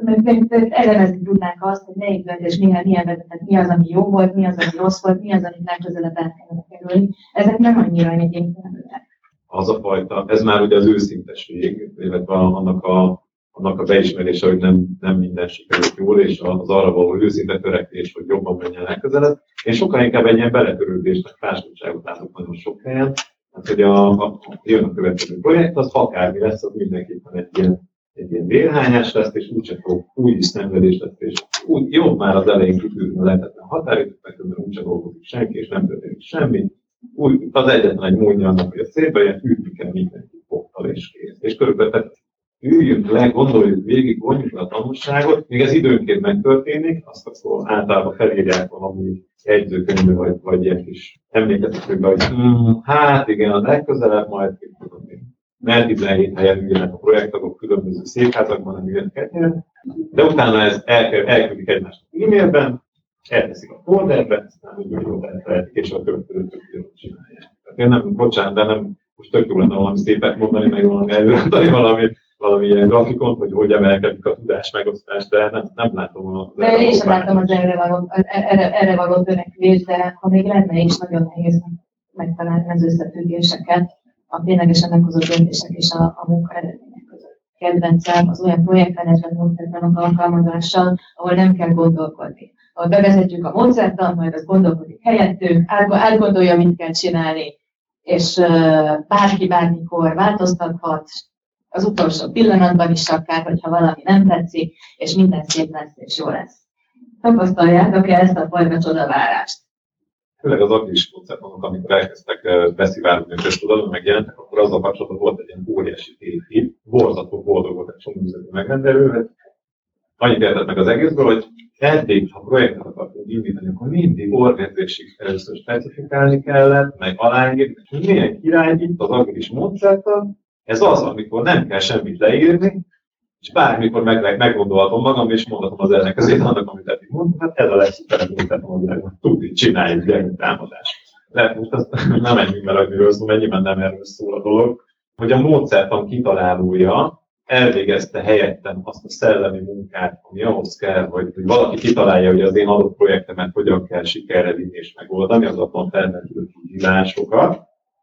elemezni tudnánk azt, hogy melyik döntés milyen vezetett, mi az, ami jó volt, mi az, ami rossz volt, mi az, amit legközelebb el kellene kerülni. Ezek nem annyira egyébként. Az a fajta, ez már ugye az őszintesség, illetve annak a beismerése, hogy nem minden sikerült jól, és az arra való őszinte törekvés, hogy jobban menjen legközelebb. Én sokkal inkább egy ilyen beletörődésnek, fásultságot látok nagyon sok helyen. Hát, hogy jön a következő projekt, az akármi lesz, az mindenképpen egy ilyen vérhányás lesz, és úgyse fog új szenvedés lesz, és úgy jobb már az elején kitűzni a lehetetlen határidőt, mert úgyse dolgozik senki, és nem történik semmi. Úgy, az egyetlen egy módja annak, hogy a szépen ilyen ütni kell mindenki pottal és kész. És körülbelül üljünk le, gondoljuk végig, vonjuk le a tanulságot, még ez időnként megtörténik, azt akkor általában felírják valami jegyzőkönyvbe, vagy ilyen kis emlékezetőkbe, hogy hát igen, a legközelebb majd mert 17 helyen üljenek a projektagok különböző székházakban, nem üljenek helyen, de utána ez elküldik egymásnak e-mailben, elteszik a folderbe, aztán úgy jól elfelejtik, és a következő tökéletet csinálják. Tehát én nem, bocsánat, de nem, most tök jó lenne valami szépet mondani, meg valami előadani, valami ilyen grafikont, hogy emelkedik a tudás megosztást, de nem látom a... De én sem látom az erre való törekvést, de ha még lenne is, nagyon nehéz megtalálni az összefüggéseket a ténylegesen meghozott döntések és a munka eredmények között. Kedvencem az olyan projektmenedzsment módszertanok alkalmazással, ahol nem kell gondolkodni. Ahol bevezetjük a módszertant, majd az gondolkodik helyettünk, átgondolja, mit kell csinálni, és bárki bármikor változtathat, az utolsó pillanatban is akár, hogyha valami nem tetszik, és minden szép lesz és jó lesz. Tapasztaljátok-e ezt a fajta csodavárást? Főleg az agilis módszertanok, amikor elkezdtek beszivárogni a köztudatban, megjelentek, akkor azzal kapcsolatban volt egy ilyen óriási tévhit, borzasztó boldog volt egy csomó üzleti megrendelő. Annyit értett meg az egészből, hogy eddig, ha projektet akartunk indítani, akkor mindig orvérzésig először specifikálni kellett, meg aláírni, hogy milyen király itt az agilis módszertan. Ez az, amikor nem kell semmit leírni, és bármikor meggondolhatom magam, és mondhatom az ellenkezőjét annak, amit eddig mondtam, hát ez a legszuperebb módszertan a világon. Tudni, csináljuk, gyerünk támadást. Lehet most azt nem menjünk vele, hogy miről szól, mennyiben nem erről szól a dolog, hogy a módszertan kitalálója elvégezte helyettem azt a szellemi munkát, ami ahhoz kell, hogy valaki kitalálja, hogy az én adott projektemet hogyan kell sikerre vinni és megoldani, az abban felmerülő kihívásokat.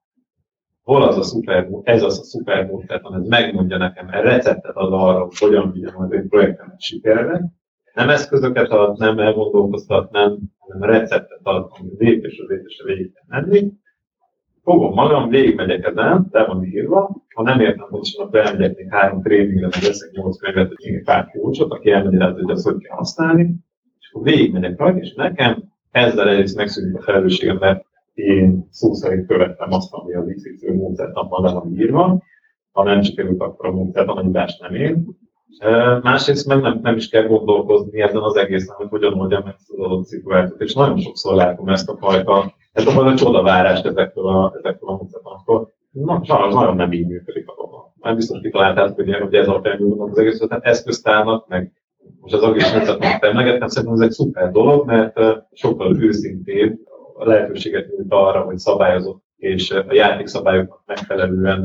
Hol az a szuper, ez az a szuper módszertan, ez megmondja nekem, receptet ad arra, hogy hogyan vigyem az én projektemet sikerre. Nem eszközöket ad, nem elgondolkoztat, hanem receptet ad, ami lépésre végig kell menni. Fogom magam, végigmegyek ezen, le van írva. Ha nem értem pontosan, akkor elmegyek még 3 tréningre, meg veszek 8 könyvet, hogy még pár coachot, aki elmegy rá, hogy azt hogy kell használni. És akkor végigmegyek rajta, és nekem ezzel egyrészt megszűnik a felelősségem, mert én szó szerint követtem azt, ami az XY módszertanban le van írva. Ha nem sikerült, akkor a módszertan, a hibás nem én. Másrészt meg nem is kell gondolkozni ezen az egészen, hogy hogyan oldjam meg az adott szituációt. És nagyon sokszor látom ezt a fajta csodavárást ezektől a módszertanoktól. Nagyon nem így működik a dolog. Már biztos kitalálták, hogy ez alapján gondolom az egész, tehát eszköztárnak, meg most az agilis módszertanot emlegettem, szerintem ez egy szuper dolog, mert sokkal őszintébb lehetőséget nyújt arra, hogy szabályozott és a játékszabályoknak megfelelően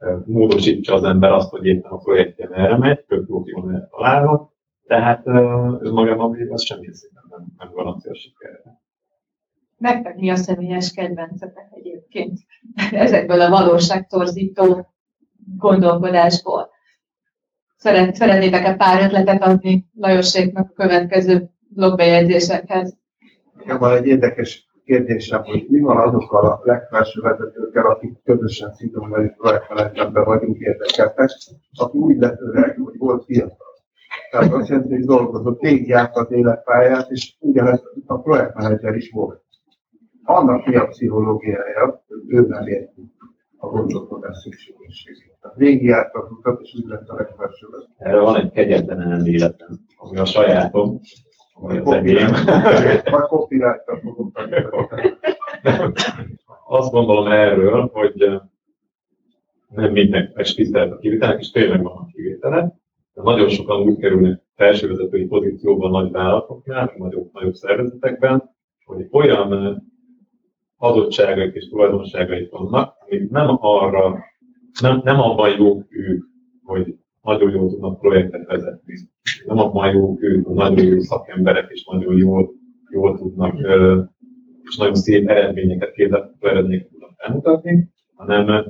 módosítsa az ember azt, hogy éppen a projektje merre megy, tök jól lehet találva, tehát ez magában véve az semmilyen szinten nem garancia sikerre. Nektek mi a személyes kedvencetek egyébként ezekből a valóságtorzító gondolkodásból? Szeretnétek-e pár ötletet adni Lajoséknak a következő blogbejegyzésekhez? Nekem van egy érdekes kérdésem, hogy mi van azokkal a legfelső vezetőkkel, akik közösen szintén projektmenedzserben vagyunk érdekeltek, aki úgy lett öreg, hogy volt fiatal. Tehát azt jelenti, hogy dolgozott, végig járt az életpályát, és ugyanezt a projektmenedzser is volt. Annak mi a pszichológiája, ő nem érti a gondolkodás szükségességét. Tehát végigjárt az utat, és úgy lett a legfelső vezető. Erre van egy kegyetlen elméletem, ami a sajátom, ami az enyém. Majd copyright-tal fogom tanítani. Azt gondolom erről, hogy nem mindenkinek tisztelt a kivételek, és tényleg vannak kivételek, de nagyon sokan úgy kerülnek felsővezetői pozícióban nagy vállalatoknál, nagyobb szervezetekben, hogy olyan adottságaik és tulajdonságaik vannak, amik nem abban jók ők, hogy nagyon jól tudnak projektet vezetni. Nem abban jók ők, hogy nagyon jó szakemberek és nagyon jól tudnak, és nagyon szép eredményeket, kézzelfogható eredményeket tudnak felmutatni, hanem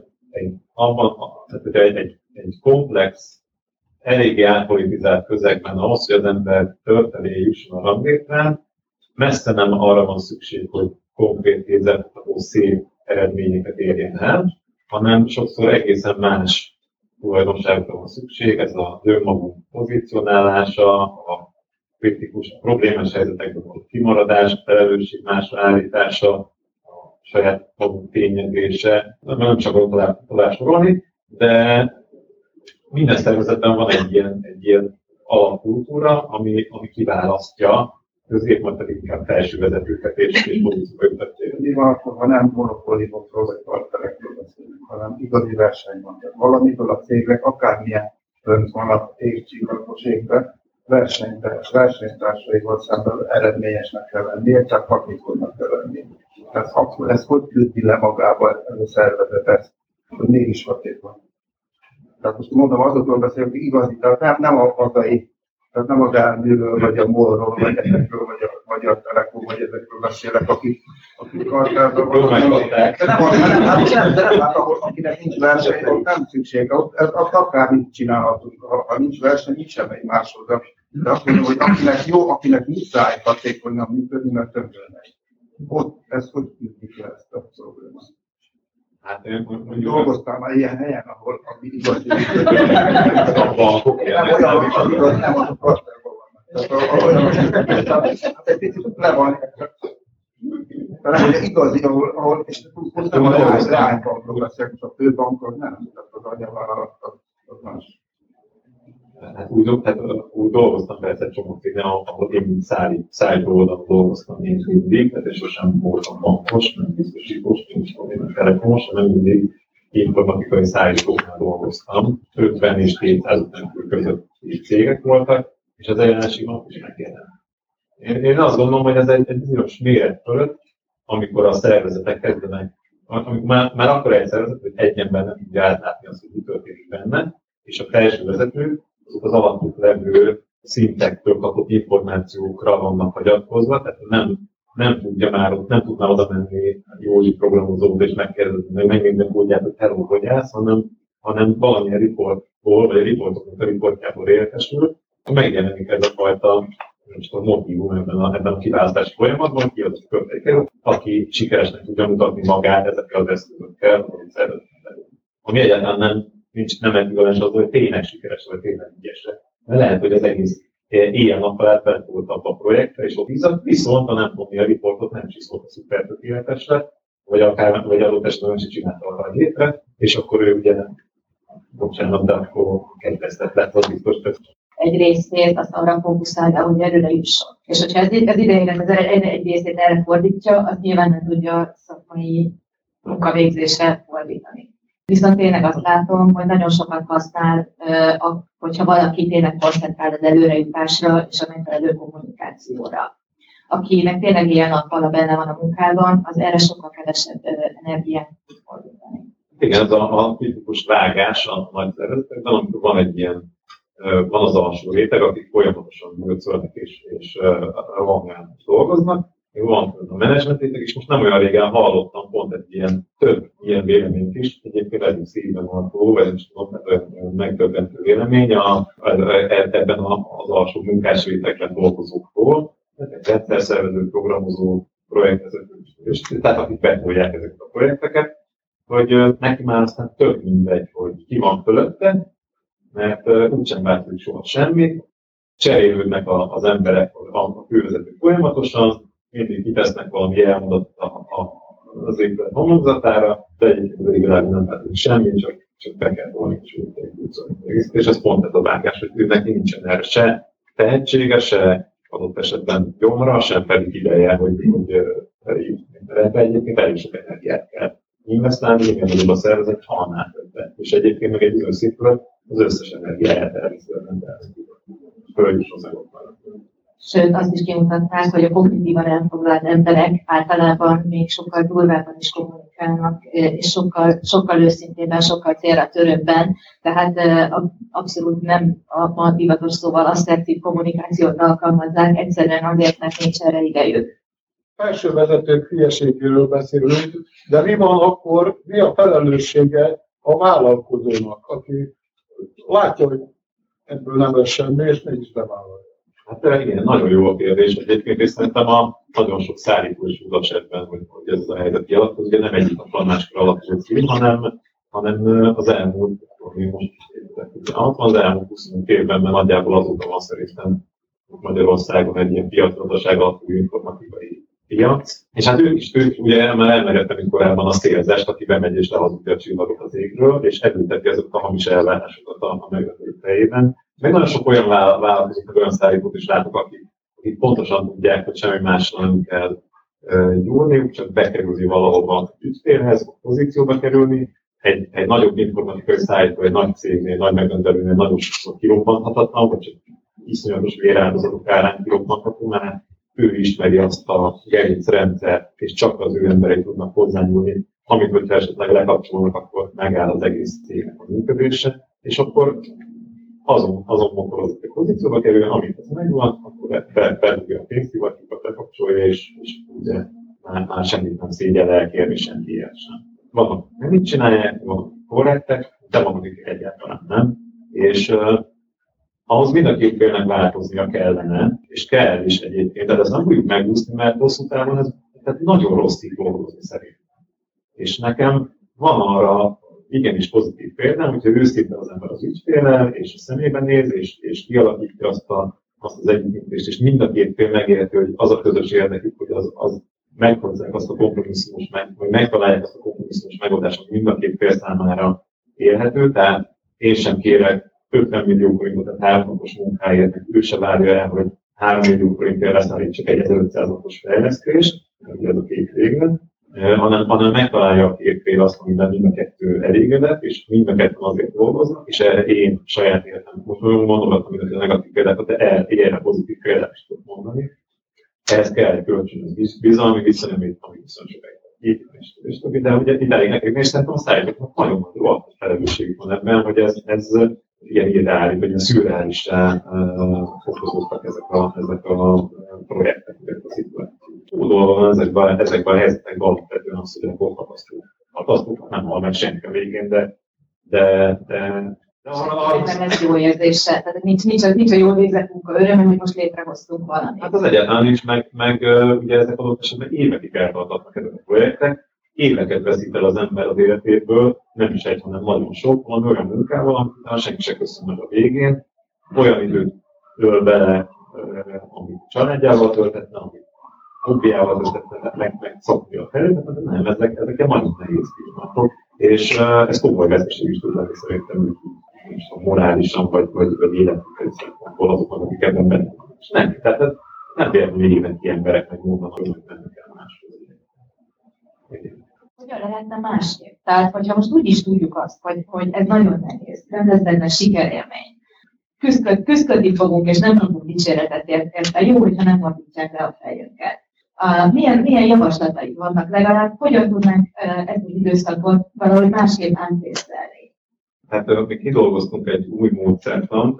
egy komplex, eléggé átpolitizált közegben ahhoz, hogy az ember töltelé jusson a ranglétrán, messze nem arra van szükség, hogy konkrét kézzelfogható szép eredményeket érjen el, hanem sokszor egészen más tulajdonságokra van szükség, ez az önmagunk pozícionálása, a kritikus, a problémás helyzetekben való kimaradás, felelősség másra állítása, a saját magunk tényezése, nem csak tovább sorolni, de minden szervezetben van egy ilyen alapkultúra, ami kiválasztja közép, pedig inkább felső vezetőket és pozíciókat. Mi van akkor, ha nem monopóliumokról vagy partnerekről beszélünk, hanem igazi verseny van. Tehát valamitől a cégek akármilyen fönt van a égcsillagos égben, versenytársaival szemben eredményesnek kell lennie, csak hatékonynak kell lennie. Tehát akkor ez hogy küldi le magába ez a szervezet ezt, hogy mégis hatékony. Tehát most mondom, azokról beszélünk, hogy igazi, tehát nem a hazai, tehát nem az elműről, vagy a MOL-ról, vagy ezekről, vagy a Magyar Telekom, vagy ezekről beszélek, akik kartárban vannak. De nem, akinek nincs verseny, ott nem szükség, ott akármit csinálhatunk. Ha nincs verseny, nincs sem egy máshoz. De azt mondom, hogy akinek jó, akinek muszáj hatékonyan működni, mert többől megy. Ott ez hogy küzdik le ezt a problémát? Hát dolgoztál már ilyen helyen, ahol ami igazi. A bankok nem az a partnerban vannak. Hát egy picit le van. Talán ugye igazi, ahol és nem a leánybankról beszélek, a főbankról nem, tehát az anyavállalat az más. Hát úgy dolgoztam persze egy csomó cégnél, ahol én mint szállító oldalon dolgoztam én mindig, tehát sosem voltam bankos, nem biztosítós, nincs probléma telekomos, hanem mindig informatikai szállítóknál dolgoztam. 50 és 250 fő közötti cégek voltak, és az ellenesség nap is megjelent. Én azt gondolom, hogy ez egy bizonyos méret fölött, amikor a szervezetek kezdenek, amikor már akkor egy szervezet, hogy egy ember nem tudja átlátni azt, hogy mi történik benne, és a felső vezetők azok az alattuk levő szintektől kapott információkra vannak hagyatkozva, tehát nem tudna oda menni jói programozót és megkérdezni, hogy meg minden kódját, hogy hello, hogy állsz, hanem valamilyen riportból, vagy a riportoknak a riportjából értesül, megjelenik ez a fajta motívum ebben a kiválasztási folyamatban, ki az a következő, aki sikeresnek tudja mutatni magát ezekkel az eszközökkel, amit szervezetben. Ami egyáltalán nem ekvivalens az, hogy tényleg sikeres, vagy tényleg ügyesre. Mert lehet, hogy az egész éjjel-nappal átbent volt abba a projektre, és ott viszont a nem tudni a riportot nem csiszolta szuper tökéletesre, vagy adott esetben nem csinálta arra a gétre, és akkor ő ugye bocsánat, de akkor kedveztet lett az biztos. Egy részét azt arra fókuszál, ahogy előre jusson. És hogyha az idejének az egy részét erre fordítja, az nyilván nem tudja szakmai munkavégzésre fordítani. Viszont tényleg azt látom, hogy nagyon sokat használ, hogyha valaki tényleg koncentrál az előrejutásra és a megfelelő kommunikációra. Akinek tényleg ilyen nappal benne van a munkában, az erre sokkal kevesebb energiát tud fordítani. Igen, ez a tipikus vágás a nagy szervezetekben, amikor van egy ilyen, van az alsó réteg, akik folyamatosan működnek és rohangálnak dolgoznak, van a menedzsment réteg, és most nem olyan régen hallottam pont egy több ilyen véleményt is, egyébként egyik szívben van szó, vagy nem tudom, olyan megdöbbentő vélemény ebben az alsó munkás rétegben dolgozókról, tehát rendszerszervező, programozó, projektvezetők, tehát akik betolják ezeket a projekteket, hogy neki már aztán tök mindegy, hogy ki van fölötte, mert úgysem változik soha semmit, cserélődnek az emberek, a fővezetők folyamatosan, mindig kitesznek valami elmondott az épület homlokzatára, de egyébként az égvilágon nem változik semmi, csak be kell volni, és ez pont ez a vágás, hogy ő neki nincsen erre se tehetsége, se adott esetben gyomra, sem pedig ideje, hogy ebbe egyébként elég sok energiát kell investálni, igen, nagyobb a szervezet, halnál többet. És egyébként meg egy őszintről az összes energiáját elviszi az ember. Följusson meg ott van. Sőt, azt is kimutatták, hogy a kognitívan elfoglalt emberek általában még sokkal durvábban is kommunikálnak, és sokkal őszintébben, sokkal célra törőbben, tehát abszolút nem a divatos szóval asszertív kommunikációt alkalmazzák, egyszerűen azért, mert nincs erre idejük. Felső vezetők hülyeségéről beszélünk, de mi van akkor, mi a felelőssége a vállalkozónak, aki látja, hogy ebből nem lesz semmi, és mégis bevállalja? Hát igen, nagyon jó a kérdés. Egyébként és szerintem nagyon sok szállító is úgy esetben, hogy ez a helyzet kialakult. Ugye nem egyik napon máskor alakult ki, hanem az elmúlt, az elmúlt 25 évben, mert nagyjából azóta van szerintem Magyarországon egy ilyen piacgazdaság alapú informatikai piac. És hát ők is ugye már elmeredtem korábban a szélzest, aki bemegy és lehazudja a csillagot az égről, és elülteti ezeket a hamis elvárásokat a megvetők fejében. Meg nagyon sok olyan vállalkozók, olyan szállítót is látok, akik pontosan tudják, hogy semmi másra nem kell gyúrniuk, csak bekerülni valahova az ügyfélhez, a pozícióba kerülni. Egy nagyobb informatikai szállító, egy nagy cégnél, nagy megrendelőnél nagyon sokszor kirobbanthatatlan, vagy csak iszonyatos véráldozatok árán kirobbantható, mert ő ismeri azt a gerincrendszert, és csak az ő emberei tudnak hozzányúlni, amit, hogyha esetleg lekapcsolnak, akkor megáll az egész cégnek a működése, és akkor azon motorozik a pozícióba kerül, amit ez megvan, akkor bedugja a pénzszivattyúkat, lekapcsolja, és ugye már semmit nem szégyel elkérni, senki ilyet sem. Vannak, nem mit csinálják, vannak korrektek, de vannak, akik egyáltalán nem, és ahhoz mind a két félnek változnia kellene, és kell is egyébként, tehát ezt nem tudjuk megúszni, mert hosszú távon ez tehát nagyon rossz így dolgozni szerintem. És nekem van arra igenis pozitív példám, hogyha őszinte az ember az ügyféllel, és a szemében néz, és kialakítja azt az együttműködést, és mind a két fél megérti, hogy az a közös érdekük, hogy az meghozzák azt a kompromisszumos, vagy megtalálják azt a kompromisszumos megoldást, ami mind a két fél számára élhető, tehát én sem kérek 50 millió forintot a 3 napos munkáért, ő se várja el, hogy 3 millió forintért leszállítsak egy 1500 napos fejlesztést, ez a két véglet, hanem megtalálja a két fél azt, amiben mind a kettő elégedett, és mind a kettőn azért dolgoznak, és erre én saját életem, most mondogattam, hogy a negatív példát, de erre pozitív példát is tudok mondani. Ehhez kell egy kölcsönös bizalmi viszony, ami viszont sokáig és többi, de ugye idáig nekik, és szerintem a szállítóknak nagyon nagy felelősségük van ebben, hogy ez ilyen ideális, vagy ilyen szürreálissá fokozódtak ezek a projektek, ezek a szituációk. Tudóval van ezekben a helyzetekben alapvetően az, hogy akkor katasztrófa nem hal meg senki a végén, de ez jó érzése, tehát nincs a jól végzett munka öröm, hogy most létrehoztunk valamit. Hát az egyáltalán nincs, meg ugye ezek adott esetben évekig eltartatnak ezek a projektek, éveket veszít el az ember az életéből, nem is egy, hanem nagyon sok, van olyan munkával, amit senki se köszön meg a végén, olyan időt öl bele, amit családjával töltetne, amit hobbiával töltetne, meg szakmai a felületet, de nem, ezek nagyon nehéz pillanatok, és ez komoly veszteség is tud lenni szerintem, morálisan, vagy életükkel szempontból azoknak, akik ebben benne vannak. És nem, tehát nem véletlenül éven ki embereknek mondanak, hogy nem kell máshoz. Hogyan lehetne másképp? Tehát, hogyha most úgy is tudjuk azt, hogy ez nagyon nehéz, nem lesz benne sikerélmény. Küzdködni fogunk, és nem fogunk dicséretet érte. Jó, hogyha nem fordítják le a fejünket. Milyen javaslatai vannak legalább, hogyan tudnánk ezt az időszakot valahogy másképp áttésztelni? Hát mi kidolgoztunk egy új módszertant.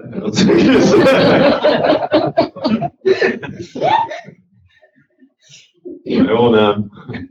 Jó, nem.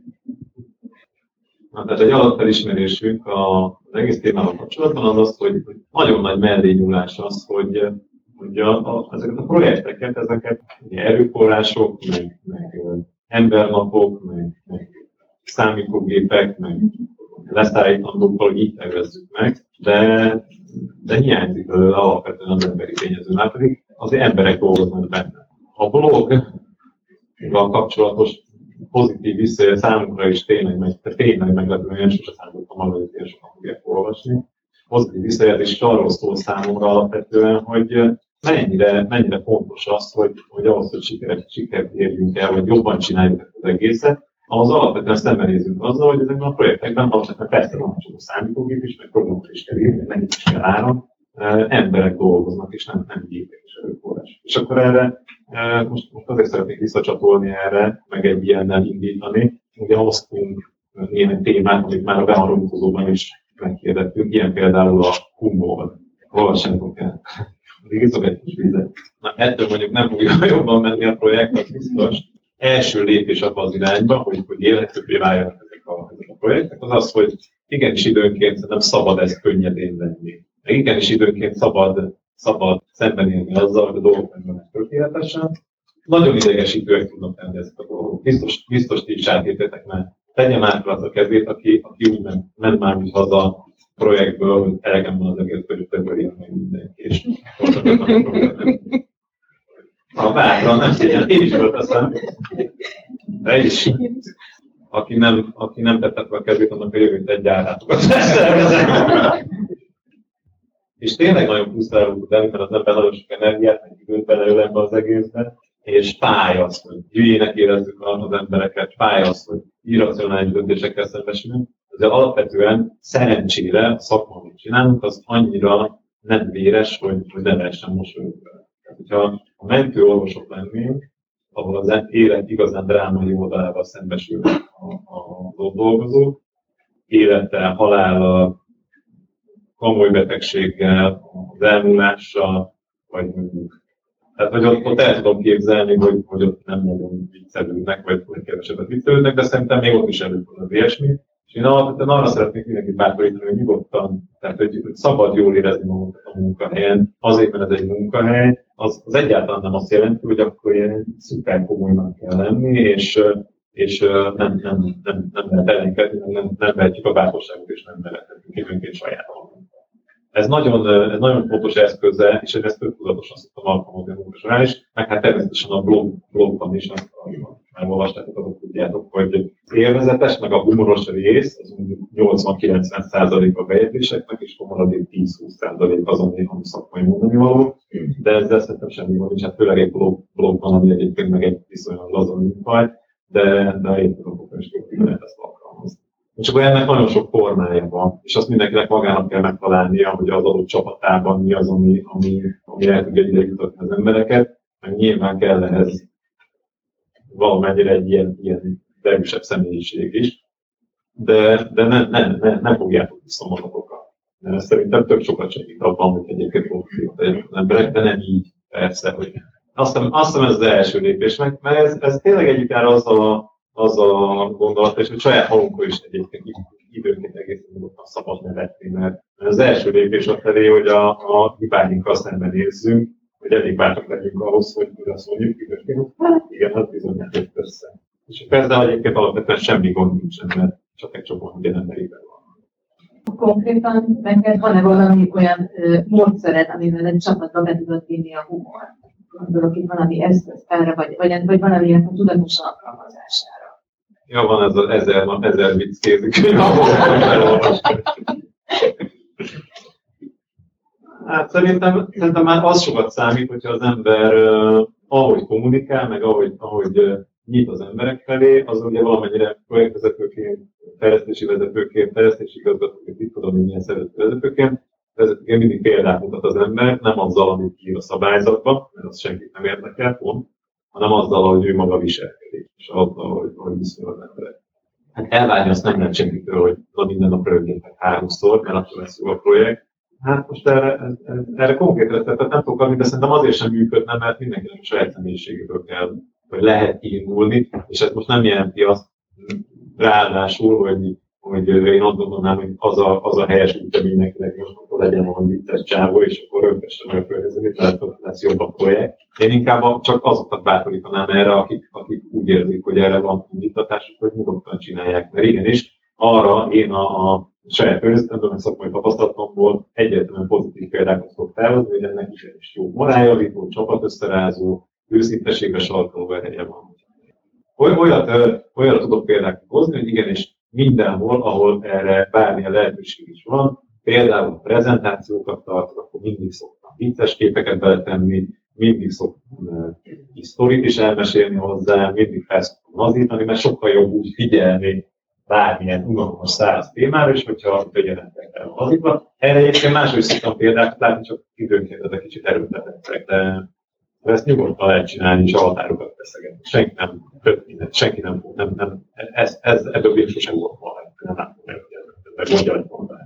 Tehát egy alapfelismerésünk az egész témával kapcsolatban az az, hogy nagyon nagy mellényúlás az, hogy ezeket a projekteket, ezeket erőforrások, meg embernapok, meg számítógépek, meg leszállítandókkal így tervezzük meg, de hiányzik alapvetően az emberi tényező, már pedig az emberek dolgoznak benne. A bloggal kapcsolatos pozitív visszajelzés számunkra is tényleg meglepően, sose számoltam arra, hogy ilyen sokan fogják olvasni. Pozitív visszajelzés arról szól számomra alapvetően, hogy mennyire fontos az, hogy ahhoz, hogy sikert érjünk el, vagy jobban csináljuk az egészet, ahhoz alapvetően szembenézünk azzal, hogy ezekben a projektekben alapvetően persze van csak a számítógép is, meg programot is kell írni, meg is kell áram, emberek dolgoznak, és nem gépek és erőforrás. És akkor erre most azért szeretnék visszacsatolni erre, meg egy ilyennel indítani. Ugye hoztunk néhány témát, amit már a beharangozóban is megkérdettünk, ilyen például a humor. Olvassátok el. Rizogetikus vizet. Na, ettől mondjuk nem fogja jobban menni a projekt, az biztos. Első lépés abban az irányba, hogy életkövé váljanak ezek a projektek, az az, hogy igenis időnként nem szabad ezt könnyedén venni. Meg igenis időnként szabad szembenézni azzal, hogy a dolgok nem vannak tökéletesen. Nagyon idegesítőek tudnak lenni ezek a dolgok. Biztos ti is átértétek, mert tegye már fel az a kezét, aki úgy ment már úgy haza a projektből, hogy elegem van az egész, hogy többől jön meg mindenki, és ha bátran, nem szégyen, én is fölteszem. De is. Aki nem tette fel a kezét, annak a jövőt egy gyárhátokat szervezek. És tényleg nagyon frusztráló tud lenni, mert az ember nagyon sok energiát, meg időt beleöl ebbe az egészbe, és fáj az, hogy hülyének érezzük az embereket, fáj az, hogy irracionális döntésekkel szembesülünk. Ezzel alapvetően szerencsére a szakma, amit csinálunk, az annyira nem véres, hogy ne lehessen mosolyogni. Tehát, hogyha a mentő orvosok lennénk, ahol az élet igazán drámai oldalával szembesülnek a dolgozók, élettel, halállal, komoly betegséggel, az elmúlással, vagy mondjuk. Tehát, hogy ott el tudom képzelni, hogy ott nem nagyon viccelődnek, vagy kevesebbet viccelődnek, de szerintem még ott is előfordul az ilyesmi. És én alapvetően arra szeretnék mindenkit bátorítani, hogy nyugodtan, tehát hogy szabad jól érezni magunkat a munkahelyen, azért, mert ez egy munkahely, az egyáltalán nem azt jelenti, hogy akkor ilyen szuper komolynak kell lenni, és nem lehet ellenkedni, nem vehetjük a bátorságot, és nem vehetünk időnként saját magunkat. Ez nagyon fontos eszköze, és én ezt több tudatosan szoktam alkalmazni a munka során is, meg hát természetesen a blogban is, már olvastátok, azok tudjátok, hogy élvezetes, meg a humoros rész, az mondjuk 80-90% a bejegyzéseknek, és a maradék 10-20% az, ami szakmai mondani való, de ezzel szerintem semmi van, és hát főleg egy blogban, ami egyébként meg egy viszonylag laza műfaj, de én tudom, hogy lehet ezt alkalmazni. És akkor ennek nagyon sok formája van, és azt mindenkinek magának kell megtalálnia, hogy az adott csapatában mi az, ami el tudja ide jutatni az embereket, meg nyilván kell ehhez valamennyire egy ilyen derűsebb személyiség is, de nem fogjátok vissza magatokat. Mert ez szerintem tök sokat segít abban, hogy egyébként produktívat legyenek az emberek, de nem így persze, hogy azt hiszem ez az első lépés, mert ez tényleg együttára az a gondolat, és hogy saját magunkról is egyébként időnként egészen nyugodtan szabad nevetni, mert az első lépés a felé, hogy a hibáinkkal szembenézzünk, hogy elég bátrak legyünk ahhoz, hogy azt mondjuk, hogy igen, hát bizony jött össze. És ezzel egyébként alapvetően semmi gond nincsen, mert csak egy csomó ugye nem merében van. Konkrétan neked van-e valami olyan módszered, amivel egy csapatba be tudod vinni a humor? Gondolok itt valami eszköz erre, vagy valamilyen a tudatos alkalmazására. Ja, van ez az 1000 vicc kézikönyv, ahol felolvasni. Hát szerintem már az sokat számít, hogyha az ember ahogy kommunikál, meg ahogy nyit az emberek felé, az ugye valamennyire projektvezetőként, fejlesztési vezetőként, fejlesztési igazgatóként, itt tudom, hogy milyen szervező vezetőként mindig példát mutat az ember, nem azzal, amit ír a szabályzatba, mert az senkit nem érdekel, hanem azzal, hogy ő maga viselkedik. és ahogy viszonylag az emberek. Hát elvárni azt nem lehet senkitől, hogy minden nap rögzítek 3-szor, mert akkor lesz jó a projekt. Hát most erre konkrét receptet nem tudok adni, de szerintem azért sem működne, mert mindenkinek a saját személyiségéből kell, hogy lehet kiindulni, és ez most nem jelenti azt ráadásul, hogy én azt gondolnám, hogy az a helyes út, hogy mindenkinek most akkor legyen valami vicces csávó, és akkor rögtesen megfőzni, tehát lesz jobb a projekt. Én inkább csak azokat bátorítanám erre, akik úgy érzik, hogy erre van indítatásuk, hogy nyugodtan csinálják. Mert igenis, arra én a saját környezetemből, meg szakmai tapasztalatomból egyértelműen pozitív példákat fog felhozni, hogy ennek is jó moráljavító, csapatösszerázó, őszinteségre sarkoló ereje van. Olyanra tudok példákat hozni, hogy igenis mindenhol, ahol erre bármilyen lehetőség is van, például prezentációkat tartok, akkor mindig szoktam vicces képeket beletenni, mindig szoktam sztorit is elmesélni hozzá, mindig fel szoktam lazítani, mert sokkal jobb úgy figyelni bármilyen unalmas 100 témára, és hogyha tegyenek el lazítva. Erre egyébként máshogy szoktam példákat látni, csak időnként ezek kicsit erőltetettek, de ezt nyugodtan lehet csinálni, és a határokat feszegetni. Senki nem köt mindent, senki nem ebből én sosem volt valami, nem látom meg, hogy ez mondja, hogy mondani.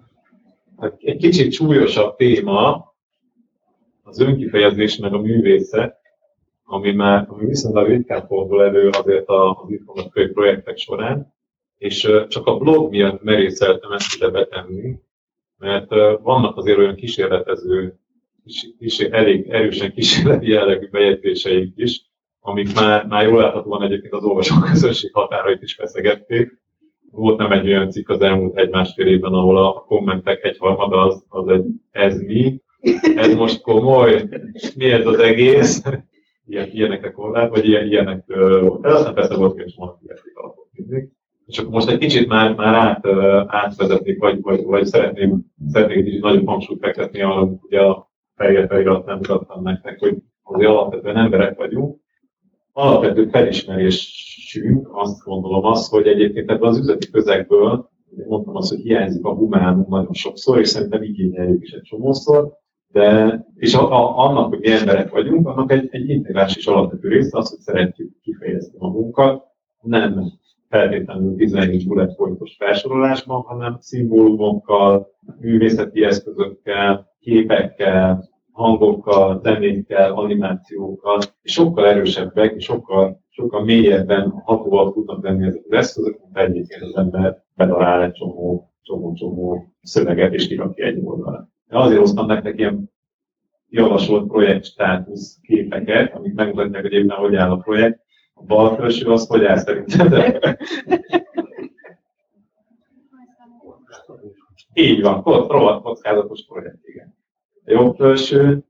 Egy kicsit súlyosabb téma az önkifejezés meg a művészet, ami viszonylag ritkán fordul elő azért az informatikai projektek során, és csak a blog miatt merészeltem ezt ide betenni, mert vannak azért olyan kísérletező, elég erősen kísérleti jellegű bejegyzéseink is, amik már jól láthatóan egyébként az olvasóközönség határait is feszegették. Volt nem egy olyan cikk az elmúlt 1-1,5 évben, ahol a kommentek egyharmada az egy ez mi, ez most komoly, mi ez az egész, ilyenekre korlát, vagy ilyenek volt. Ez aztán persze volt kérdés, hogy kivették alapot mindig. És akkor most egy kicsit már átvezetnék, vagy szeretnék egy kicsit nagyobb hangsúlyt fektetni arra, hogy ugye a fehér felirat nem mutattam nektek, hogy azért alapvetően emberek vagyunk. Alapvető felismerésünk, azt gondolom hogy egyébként ebből az üzleti közegből, mondtam azt, hogy hiányzik a humánum nagyon sokszor, és szerintem igényeljük is egy csomószor, és annak, hogy mi emberek vagyunk, annak egy integrás is alapvető része az, hogy szeretjük kifejezni magunkat, nem feltétlenül bizonyos bullet pointos felsorolásban, hanem szimbólumokkal, művészeti eszközökkel, képekkel, hangokkal, zenékkel, animációkkal, és sokkal erősebbek, és sokkal mélyebben hatóak tudnak lenni ezek az eszközök, mint egyébként az ember bedarál egy csomó szöveget, és kirakja egy oldalra. Azért hoztam nektek ilyen javasolt projekt státusz képeket, amik megmutatják, hogy éppen hogy áll a projekt. A bal felső az hogy áll szerinted? Így van, rohadt kockázatos projekt, igen. A jobb felső.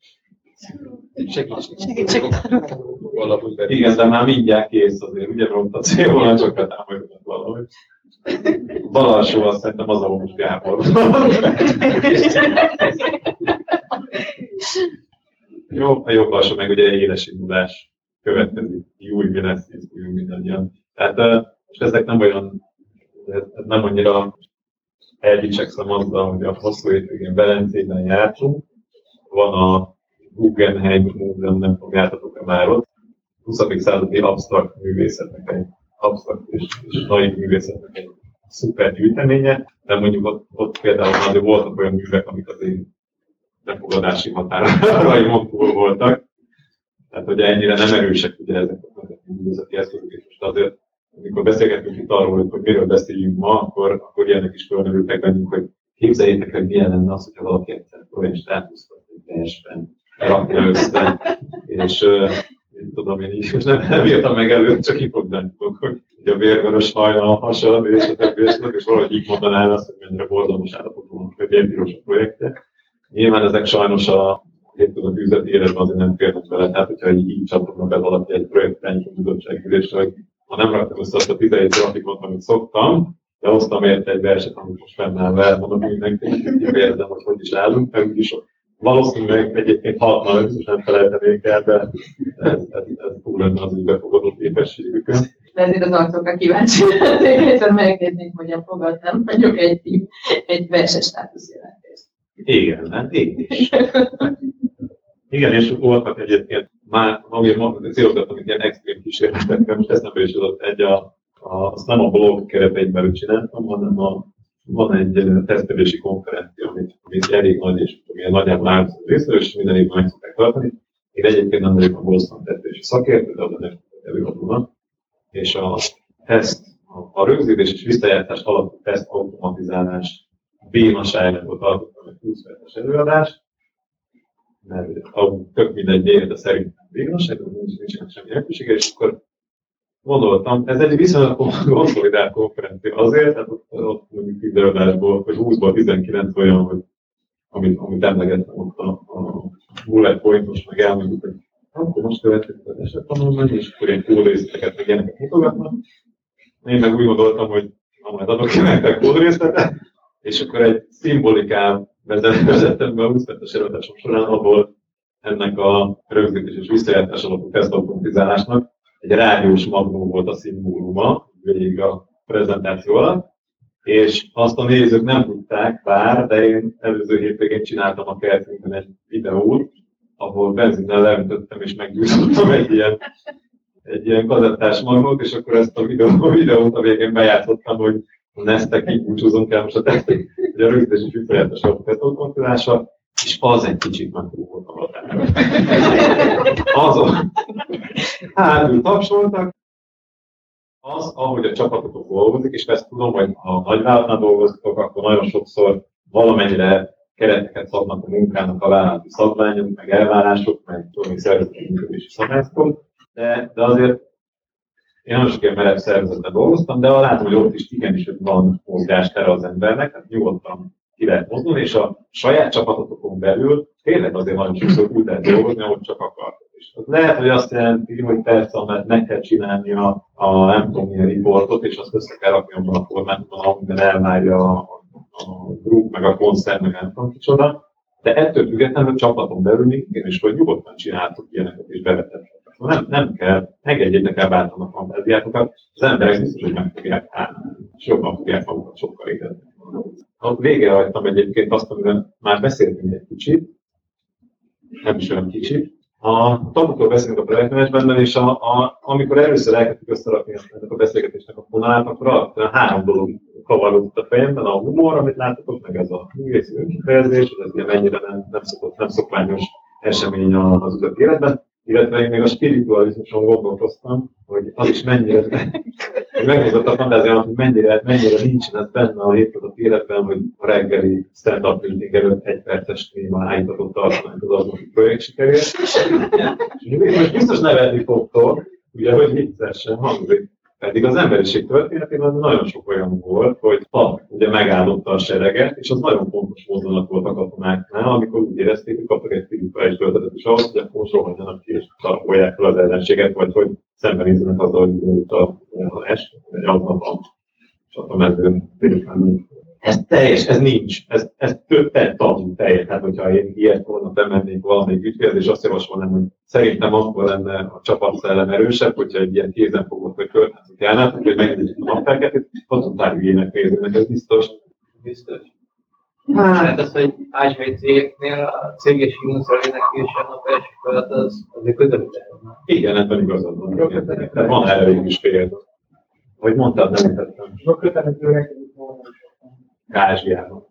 Segítség. Igen, de már mindjárt kész azért, ugye ront a célvonal, csak betámogatott valahogy. Bal alsó azt szerintem az August Gábor. Jó, a jobb alsó meg ugye éles indulás következik. Júj, mi lesz, júj, mindannyian. Tehát most ezek nem annyira eldicsekszem azzal, hogy a hosszú hétvégén Velencében jártunk. Van a Guggenheim Múzeum, nem tudom, jártatok-e már ott. 20. századi absztrakt művészetnek absztrakt és naiv művészetnek egy szuper gyűjteménye, de mondjuk ott például azért voltak olyan művek, amik az én befogadási határaimon túl voltak. Tehát ugye ennyire nem erősek ugye ezek a művészeti eszközök, és most azért, amikor beszélgetünk itt arról, hogy miről beszéljünk ma, akkor ilyenek is fölmerültek bennünk, hogy képzeljétek, hogy milyen lenne az, hogyha valaki egyszer olyan státuszt teljesen rakja össze, és tudom én is, és nem írtam meg előtt, csak hipogdani fog, hogy a vérvörös hajna a hasad, és a többi, és valahogy így mondanál azt, hogy mennyire borzalmas állapotban van, hogy ilyen piros a projektje. Nyilván ezek sajnos a üzleti életben azért nem férnek bele, tehát hogyha így csapodnak be valaki egy projektrányító bizottságülésre, hogy ha nem raktam össze azt a 17 grafikot, amit szoktam, de hoztam érte egy verset, amit most fennáll le, mondom mindenkinek, hogy érzem, hogy is állunk, mert úgyis valószínűleg egyébként 65 és nem felejtenék el, de ez túl lenne az úgy befogadó képességükön. De ezért az arcokra kíváncsi lennék, egyszer megnéznék, hogyan fogadtam, mondjuk egy verses státuszjelentést. Igen, hát én is. Igen, és voltak egyébként már célozgattam itt ilyen extrém kísérletekkel, most eszembe is adott azt nem a blog keretein belül csináltam, hanem van egy tesztelési konferencia, amit elég nagy, és amilyen nagyjából állapodott részről, és minden évben meg szokták tartani. Én egyébként nem vagyok a Boston tesztelési szakértő, de az előadónak. És a teszt, a rögzítés és visszajátszás alapú teszt automatizálás bénaságából tartottam egy 20 perces előadást, mert tök mindegy, de szerintem bénaság, nincsen semmi jelentősége, és akkor gondoltam, ez egy viszonylag konszolidált konferencia azért, tehát ott mondjuk 10 előadásból, vagy 20-ból 19 olyan, hogy amit emlegettem ott a bullet pointos, meg elmondjuk, hogy akkor most következik az esettanulmány, és akkor ilyen kódrészleteket, meg ilyeneket mutogatnak. Én meg úgy gondoltam, hogy majd adok ki nektek kódrészletet, és akkor egy szimbolikán vezettem be a 20 perces előadásom során, ahol ennek a rögzítés és visszajátszás alapú tesztautomatizálásnak egy rádiós magnó volt a szimbóluma végig a prezentáció alatt, és azt a nézők nem tudták, de én előző hétvégén csináltam a kertünkben egy videót, ahol benzinnel leöntöttem és meggyújtottam egy ilyen kazettás magnót, és akkor ezt a videót a végén bejátszottam, hogy neztek, így búcsúzunk el most a tesztek, hogy a rögzítés és visszajátszás alapú tesztautomatizálása, és az egy kicsit megfújult a határa. Azon hátul tapsoltak, az, ahogy a csapatotok dolgozik, és ezt tudom, hogy ha nagyvállalatnál dolgoztok, akkor nagyon sokszor valamennyire kereteket szabnak a munkának a vállalati szabványok, meg elvárások, meg tudom, szervezeti működési szabályzatok, de azért én nagyon sok ilyen merev szervezetben dolgoztam, de látom, hogy ott is igenis van mozgástere az embernek, tehát nyugodtan ki lehet mozdulni, és a saját csapatotokon belül tényleg azért nagyon sokszor úgy lehet dolgozni, ahogy csak akartok. És az lehet, hogy azt jelenti, hogy persze, mert meg kell csinálni a nem tudom milyen riportot, és azt össze kell rakni abban a formátumban, amiben elvárja a group, meg a koncern, meg nem tudom kicsoda, de ettől függetlenül a csapaton belül még igenis, hogy nyugodtan csináltok ilyeneket és bevetettek. Nem kell, engedjétek el bátran a fantáziátokat, az emberek biztos, hogy meg fogják állni, és jobban fogják magukat sokkal égetni. A végére hagytam egyébként azt, amiben már beszéltünk egy kicsit, nem is olyan kicsit. A tanulókról beszélünk a projektmenedzsmentben, és amikor először elkezdtük összerakni ennek a beszélgetésnek a fonalát, akkor alapvetően 3 dolog kavarodott a fejemben, a humor, amit láttatok, meg ez a művészi önkifejezés, ez ugye mennyire nem szokványos esemény az üzleti életben, illetve én még a spiritualizmuson gondolkoztam, hogy az is mennyire, meghozott a fantáziámat, hogy mennyire nincsen ez benne a hétköznapi életben, hogy a reggeli stand-up meeting előtt 1 perces téma állítatot tartanánk az aznapi projekt sikerért. És most biztos nevetni fogtok, ugye, hogy viccesen hangzik. Pedig az emberiség történetében nagyon sok olyan volt, hogy ugye megáldotta a sereget, és az nagyon fontos mozzanat volt a katonáknál, amikor úgy érezték, hogy kaptak egy spirituális töltetet is ahhoz, hogy akkor rohanjanak ki és tarolják fel az ellenséget, vagy hogy szembenézzenek azzal, hogy jött a es, vagy aznap a csatamezőn. Ez teljes, ez nincs. Ez több tabu teljes. Hát, hogyha én ilyet volna bemennék valamelyik ügyfélhez, és azt javasolnám, hogy szerintem akkor lenne a csapatszellem erősebb, hogyha egy ilyen kézenfogott vagy környezet kellene, hogy megnézzük a napfelkeltét, totalitáriének nézőnek, ez biztos. Biztos. Hát az, hogy ázsiai cégeknél a céges hímszerénekés a nap első felett az azért közelebb. Igen, ebben igazad van. Tehát van erre is példa. Ahogy mondtad, nem értettem. A kötelezőnek Ázsiában.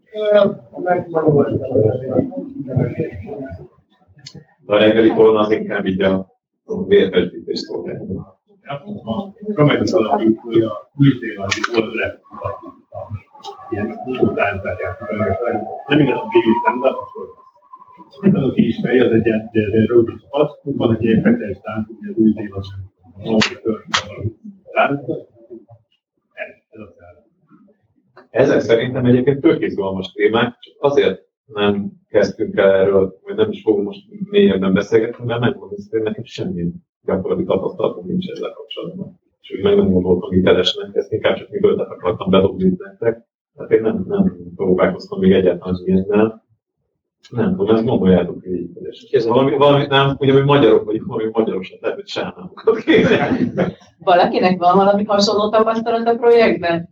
A reggeli korona az inkább így a vérfesdítés szolgálja. Prometheus alapjuk, hogy a Új-Zélandi oldalra ilyen utánzárják. Nem igaz, hogy végültem, de akkor azok is fej, az egy ilyen ródi csapat, van egy ilyen fetes tánc, ugye az Új-Zélandi valami történet tánc. Ez a cél. Ezek szerintem egyébként tök izgalmas témák, csak azért nem kezdtünk el erről, vagy nem is fogunk most mélyebben beszélgetni, mert megmondom, hogy nekem semmi gyakorlati tapasztalatom nincs ezzel kapcsolatban. És úgy meg nem gondoltam hitelesnek, ezt inkább csak még ötlet akartam bedobni nektek. Tehát én nem próbálkoztam még egyáltalán ilyennel. Nem tudom, ezt gondoljátok végig. Ez valami nem, ugye, hogy magyarok vagyunk, valami magyarosat, lehet, hogy sánámokat kézzelni. Valakinek van valami hasonló tapasztalat a projektben?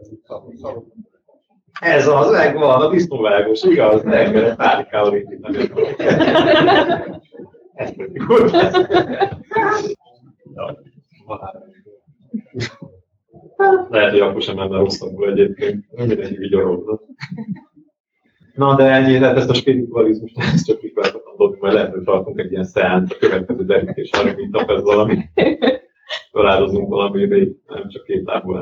Ez az, megvan, a disznóvágós, igaz? Engedett pálikával indítani. esztetikus. Lehet, hogy akkor sem menne rosszabbul egyébként, mindenki vigyorogzott. Na, de ennyi, tehát ezt a spiritualizmust, ezt csak így akartam dobni, majd lehet, hogy tartunk egy ilyen szeánc a következő derítés arra, mint a ez valami. Feláldozunk valami ideig, nem csak két lábból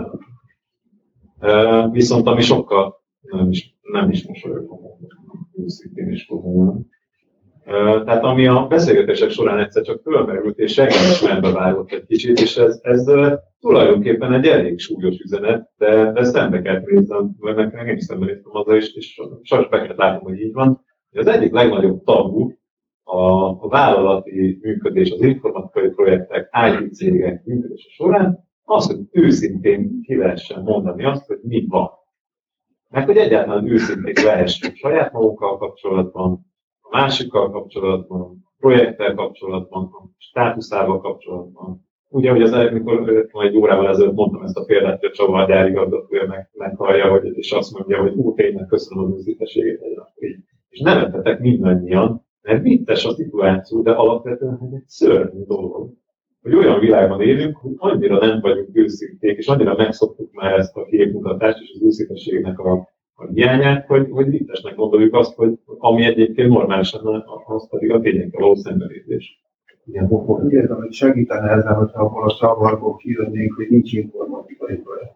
állnak. Viszont ami sokkal nem is mosolyogom, őszintén is komolyan. Tehát ami a beszélgetések során egyszer csak fölmerült, és engem is melbevágott egy kicsit, és ez tulajdonképpen egy elég súlyos üzenet, de szembe kell néznem, mert én is szembenéztem azzal, és sajnos be kell látnom, hogy így van. Az egyik legnagyobb tabu a vállalati működés, az informatikai projektek, IT cégek működése során az, hogy őszintén ki lehessen mondani azt, hogy mi van. Mert hogy egyáltalán őszintén lehessünk saját magunkkal kapcsolatban, a másikkal kapcsolatban, a projekttel kapcsolatban, a státuszával kapcsolatban. Ugye, hogy amikor egy órával ezelőtt mondtam ezt a példát, hogy a Csaba gyárigazgatója meghallja, és azt mondja, hogy tényleg köszönöm az őszintességet, és nevettetek mindannyian, mert vicces a szituáció, de alapvetően egy szörnyű dolog. Hogy olyan világban élünk, hogy annyira nem vagyunk őszinték, és annyira megszoktuk már ezt a képmutatást és az őszintességnek a hiányát, hogy viccesnek gondoljuk azt, hogy ami egyébként normálisan az pedig a tényekkel való szembenézés. Úgy érzem, hogy segítene ezzel, hogyha abból a csavarból kijönnénk, hogy nincs informatikai projekt.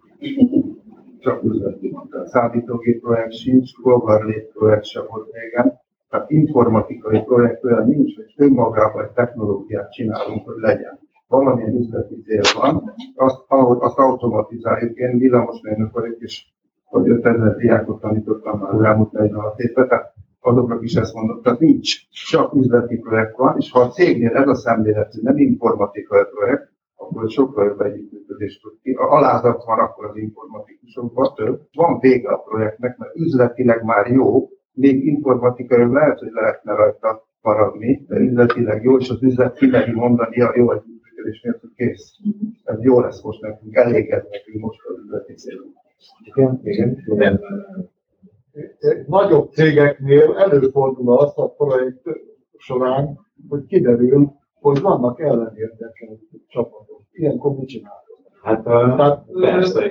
Csak üzleti mondta. Számítógép projekt sincs, Golgarlét projekt sem volt régen. Tehát informatikai projekt olyan nincs, hogy önmagában egy technológiát csinálunk, hogy legyen. Valamilyen üzleti cél van, azt automatizáljuk. Én villamosmérnök vagyok, és hogy 5000 diákot tanítottam már az elmúlt 46 évben, tehát azoknak is ezt mondom, tehát nincs, csak üzleti projekt van, és ha a cégnél ez a szemlélet, hogy nem informatikai projekt, akkor sokkal jobb együttműködést tud ki. Ha alázat van, akkor az informatikusokban több. Van vége a projektnek, mert üzletileg már jó, még informatikai lehet, hogy lehetne rajta maradni, de üzletileg jó, és az üzlet kimeri mondani a jó együttműködés miatt, hogy kész. Ez jó lesz most nekünk, eléged nekünk most az üzleti célunk. Igen. Nagyobb cégeknél előfordul az a projekt során, hogy kiderül, hogy vannak ellenértekelt csapatok. Ilyenkor mit csinálunk? Hát persze.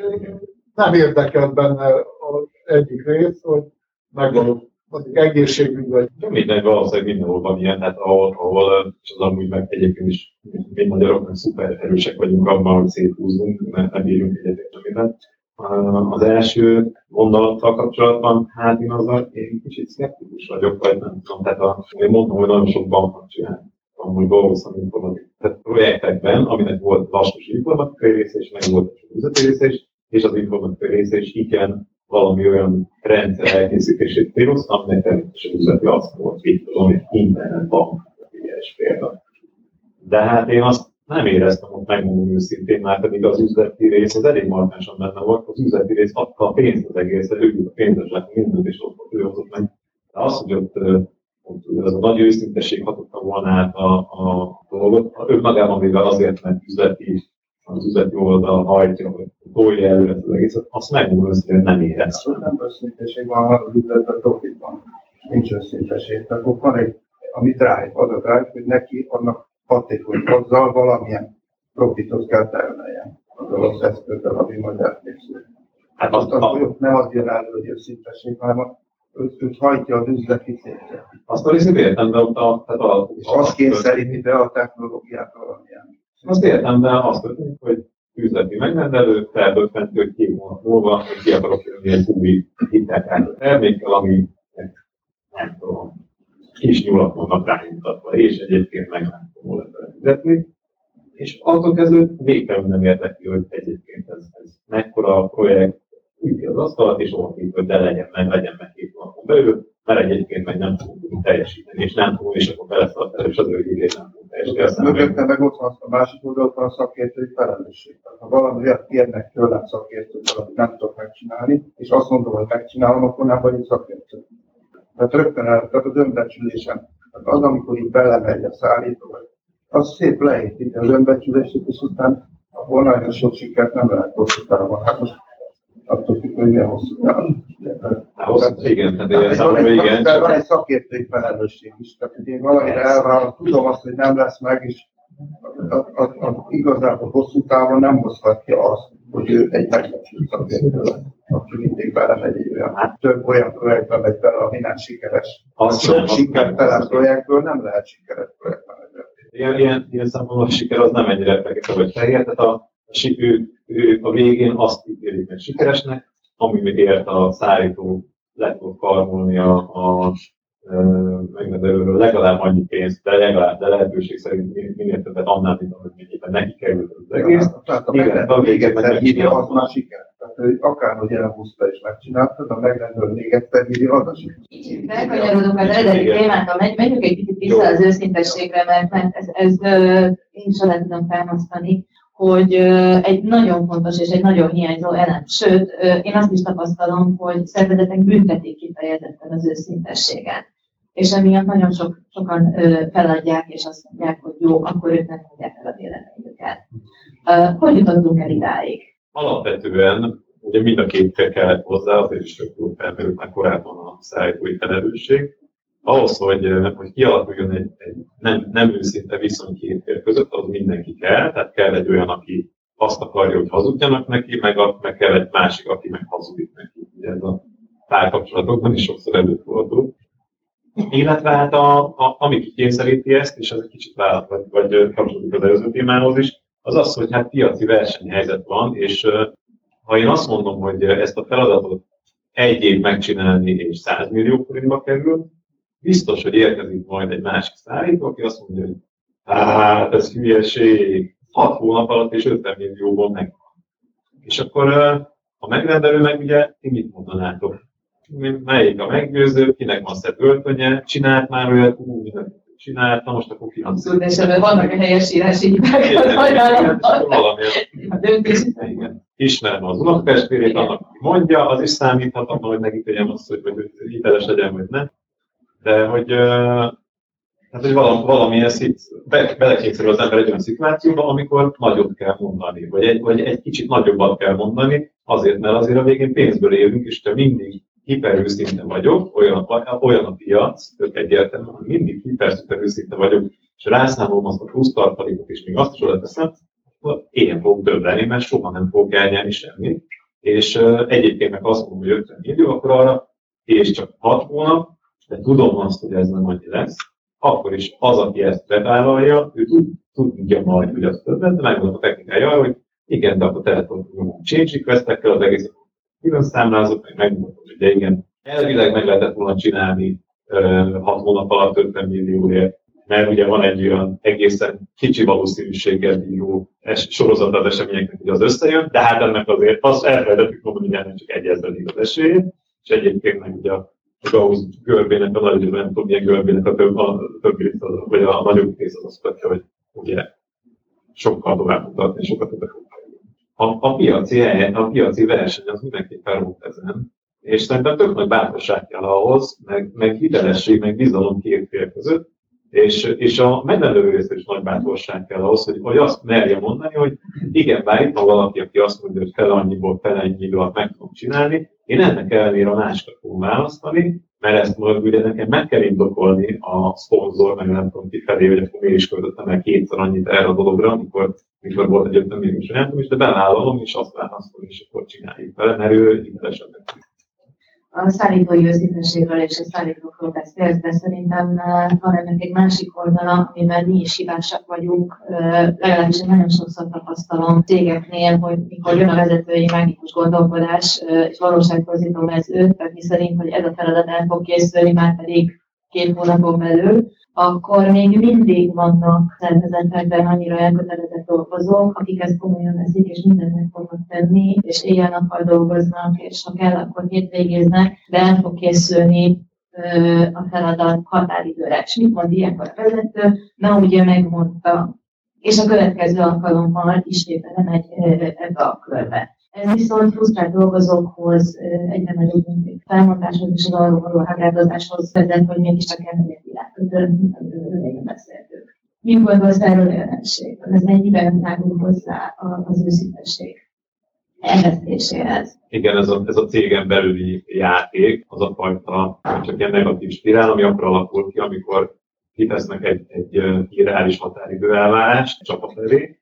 Nem érdekel benne az egyik rész, hogy megvan az egészségügy vagy. Mindegy, valószínűleg mindenhol van ilyen, hát ahol és az amúgy meg egyébként is mi magyarok szuper erősek vagyunk abban, hogy széthúzunk, mert nem írjunk egyetértőben. Az első gondolattal kapcsolatban, hát én kicsit szkeptikus vagyok, vagy nem tudom, tehát én mondtam, hogy nagyon sok banknak csinálni. Amúgy dolgoztam informatikai projektekben, aminek volt vastos informatikai része, és meg volt a üzleti része is, és az informatikai része is igen valami olyan rendszer elkészítését célozta, aminek természetesen üzleti azt volt, itt tudom, internetbank, ilyes példa. De hát én azt nem éreztem, hogy megmondom őszintén, már pedig az üzleti rész az elég markánsan benne volt, az üzleti rész adta a pénzt az egészre, ők a pénzesek, mindent is ő hozott meg. De az, hogy ott ez a nagy őszintesség hatotta volna át a dolgot, ők magában véve azért, mert az üzleti oldal hajtja, hogy tolja előre az egészet, azt megmondom őszintén, hogy nem érez. Nem őszintesség van, az üzletben profitban. Nincs őszintesség. Tehát ott van ami drive, az a drive, hogy neki annak hatékony azzal valamilyen profitot kell termeljen. Azzal az eszközzel, ami majd elkészül. Hát nem az jön elő, hogy őszintesség, hanem őt hajtja az üzleti célja. Azt a részét értem, de azt kényszeríti be a technológiát valamilyen. Azt értem, de azt történik, hogy üzleti megrendelő felbökkentő, hogy 2 hónap múlva, hogy ki akarok jönni egy új hitelkártya termékkel, ami nem tudom, kis nyulak vannak rámutatva, és egyébként meg nem tudom volna fizetni. És attól kezdve végtelenül nem érdekli, hogy egyébként ez mekkora projekt, üti az asztalat, és olvasít, hogy de legyen meg 2 hónapon belül, mert egyébként meg nem tudunk teljesíteni, és nem tudunk, és akkor beleszart, és az ő hírét nem tudunk teljesíteni. Mögötte meg ott van a másik oldalon a szakértői felelősség. Ha valami olyat kérnek tőlem szakértőt, amit nem tudok megcsinálni, és azt mondom, hogy megcsinálom, akkor nem vagyok szakértő. Tehát rögtön tehát az önbecsülésen, tehát az, amikor így belemegy a szállító, az szép leépíti az önbecsülést, és utána abból nagyon sok sikert nem lehet hosszú távon. Hát most attól függ, hogy milyen hosszú távon. Igen, tehát számomra igen. De van egy szakértői felelősség is. Tehát, hogy én valamire elvállalom, tudom azt, hogy nem lesz meg, és igazából hosszú távon nem hozhatja azt, hogy ő egy megbecsült szakértő lesz, aki mindig belemegy egy olyan, több olyan projektbe megy bele, ami nem sikeres. Sok sikertelen projektből nem lehet sikeres projektmenedzser. Ilyen számomra a siker az nem ennyire fekete vagy fehér, tehát ő a végén azt ítélik meg sikeresnek, ami még ért a szállító le tud karmolni a megrendelőről legalább annyi pénzt, de lehetőség szerint minél többet annál, mint amennyiben neki került az egész. Tehát a megrendelő még egyszer írja, az már siker. Tehát, hogy akárhogy elhúzta és megcsináltad, a megrendelő még egyszer írja, az a siker. Kicsit felkanyarodunk az eredeti témától, menjünk egy kicsit vissza az őszintességre, mert ez én is alá tudom támasztani, hogy egy nagyon fontos és egy nagyon hiányzó elem. Sőt, én azt is tapasztalom, hogy szervezetek büntetik kifejezetten az őszintességet. És emiatt nagyon sokan feladják, és azt mondják, hogy jó, akkor ők nem mondják el a véleményüket. Hogy jutottunk el idáig? Alapvetően ugye mind a két fél kellett hozzá, azért is sokkal felmerült már korábban a szállítói felelősség. Ahhoz, hogy kialakuljon egy nem őszinte viszony két fél között, az mindenki kell, tehát kell egy olyan, aki azt akarja, hogy hazudjanak neki, meg kell egy másik, aki meg hazudik neki. Ugye ez a párkapcsolatokban is sokszor előfordul. Illetve hát ami kikényszeríti ezt, és ez egy kicsit vagy kapcsolódik az előző témához is, az az, hogy hát piaci versenyhelyzet van, és ha én azt mondom, hogy ezt a feladatot egy év megcsinálni és 100 millió forintba kerül, biztos, hogy érkezik majd egy másik szállító, aki azt mondja, hogy hát ez hülyeség, 6 hónap alatt és 50 millióból megvan. És akkor a megrendelő meg ugye, ti mit mondanátok? Melyik a meggyőző, kinek van szebb öltönye, csinált már olyat, csinált, na most akkor ki van. Abszolút, és ebben vannak a helyesírási hibák az ajánlatban. Igen. Ismerem az unokatestvérét, annak aki mondja, az is számíthat, abban, hogy megítéljem azt, hogy hiteles legyen, vagy nem. De hogy, hát, hogy valamilyen belekényszerül az ember egy olyan szituációba, amikor nagyot kell mondani, vagy egy kicsit nagyobbat kell mondani, azért, mert azért a végén pénzből élünk, és te mindig hiperőszinte vagyok, olyan a piac, tök egyértelműen, hogy mindig hiper-szuper-őszinte vagyok, és rászámolom azt a plusz tartalékot, és még azt is oda teszem, akkor én fogok döbbenni, mert soha nem fogok elnyerni semmit. És egyébként meg azt mondom, hogy 50 millió, akkor arra, és csak 6 hónap, de tudom azt, hogy ez nem annyi lesz, akkor is az, aki ezt bevállalja, ő tudja majd, hogy az többet, de megmondom a technikája, hogy igen, de akkor telefonunk change request-ekkel az egész külön számlázott, meg megmondom, hogy de igen, elvileg meg lehetett volna csinálni 6 hónap alatt 50 millióért, mert ugye van egy olyan egészen kicsi valószínűséggel bíró sorozat az eseményeknek, hogy az összejön, de hát ennek azért azt elfelejtettük mondani, hogy ennek csak egyezben az esély, és egyébként meg ugye a Gauss görbének, a nagy, nem tudom milyen görbének a többi rész, vagy a nagyobb rész az azt mondja, hogy ugye sokkal tovább mutatni, sokkal többet fog. A piaci verseny az mindenképpen rúgt ezen, és szerintem tök nagy bátorság kell ahhoz, meg hitelesség, meg bizalom két fél között, és a megrendelő részre is nagy bátorság kell ahhoz, hogy azt merje mondani, hogy igen, bár itt van valaki, aki azt mondja, hogy fel ennyiből meg tudom csinálni, én ennek ellenére a másikat fogom választani, mert ezt majd ugye nekem meg kell indokolni a szponzor, meg nem tudom ki felé, hogy akkor miért is költöttem el kétszer annyit erre a dologra, amikor volt egy 50 milliós ajánlatom is, de bevállalom, és azt választom, és akkor csináljuk vele, mert ő hitelesen meg. A szállítói őszintességről és a szállítókról beszélsz, de szerintem van ennek egy másik oldala, amiben mi is hibásak vagyunk. Legalábbis én nagyon sokszor tapasztalom cégeknél, hogy mikor jön a vezetői mágikus gondolkodás, és valóságtozító mező, tehát mi szerint, hogy ez a feladat el fog készülni, már pedig 2 hónapon belül, akkor még mindig vannak szervezetekben annyira elkötelezett dolgozók, akik ezt komolyan veszik, és mindent meg fognak tenni, és éjjel-nappal dolgoznak, és ha kell, akkor hétvégéznek, de el fog készülni a feladat határidőre. És mit mond ilyenkor a vezető? Na, ugye megmondta. És a következő alkalommal ismét belemegy ebbe a körbe. Ez viszont frusztrált dolgozókhoz, egyre nagyobb felmondáshoz és az arról való hágáldozáshoz vezet, hogy mégiscsak elmegyek világkötől, mint amiről elején beszéltük. Mit gondolsz erről a jelenség? Ez mennyiben járul hozzá az őszintesség? elvesztéséhez. Igen, ez a cégen belüli játék, az a fajta csak ilyen negatív spirál, ami akkor alakul ki, amikor kitesznek egy irreális határidő elvárást a csapat elé,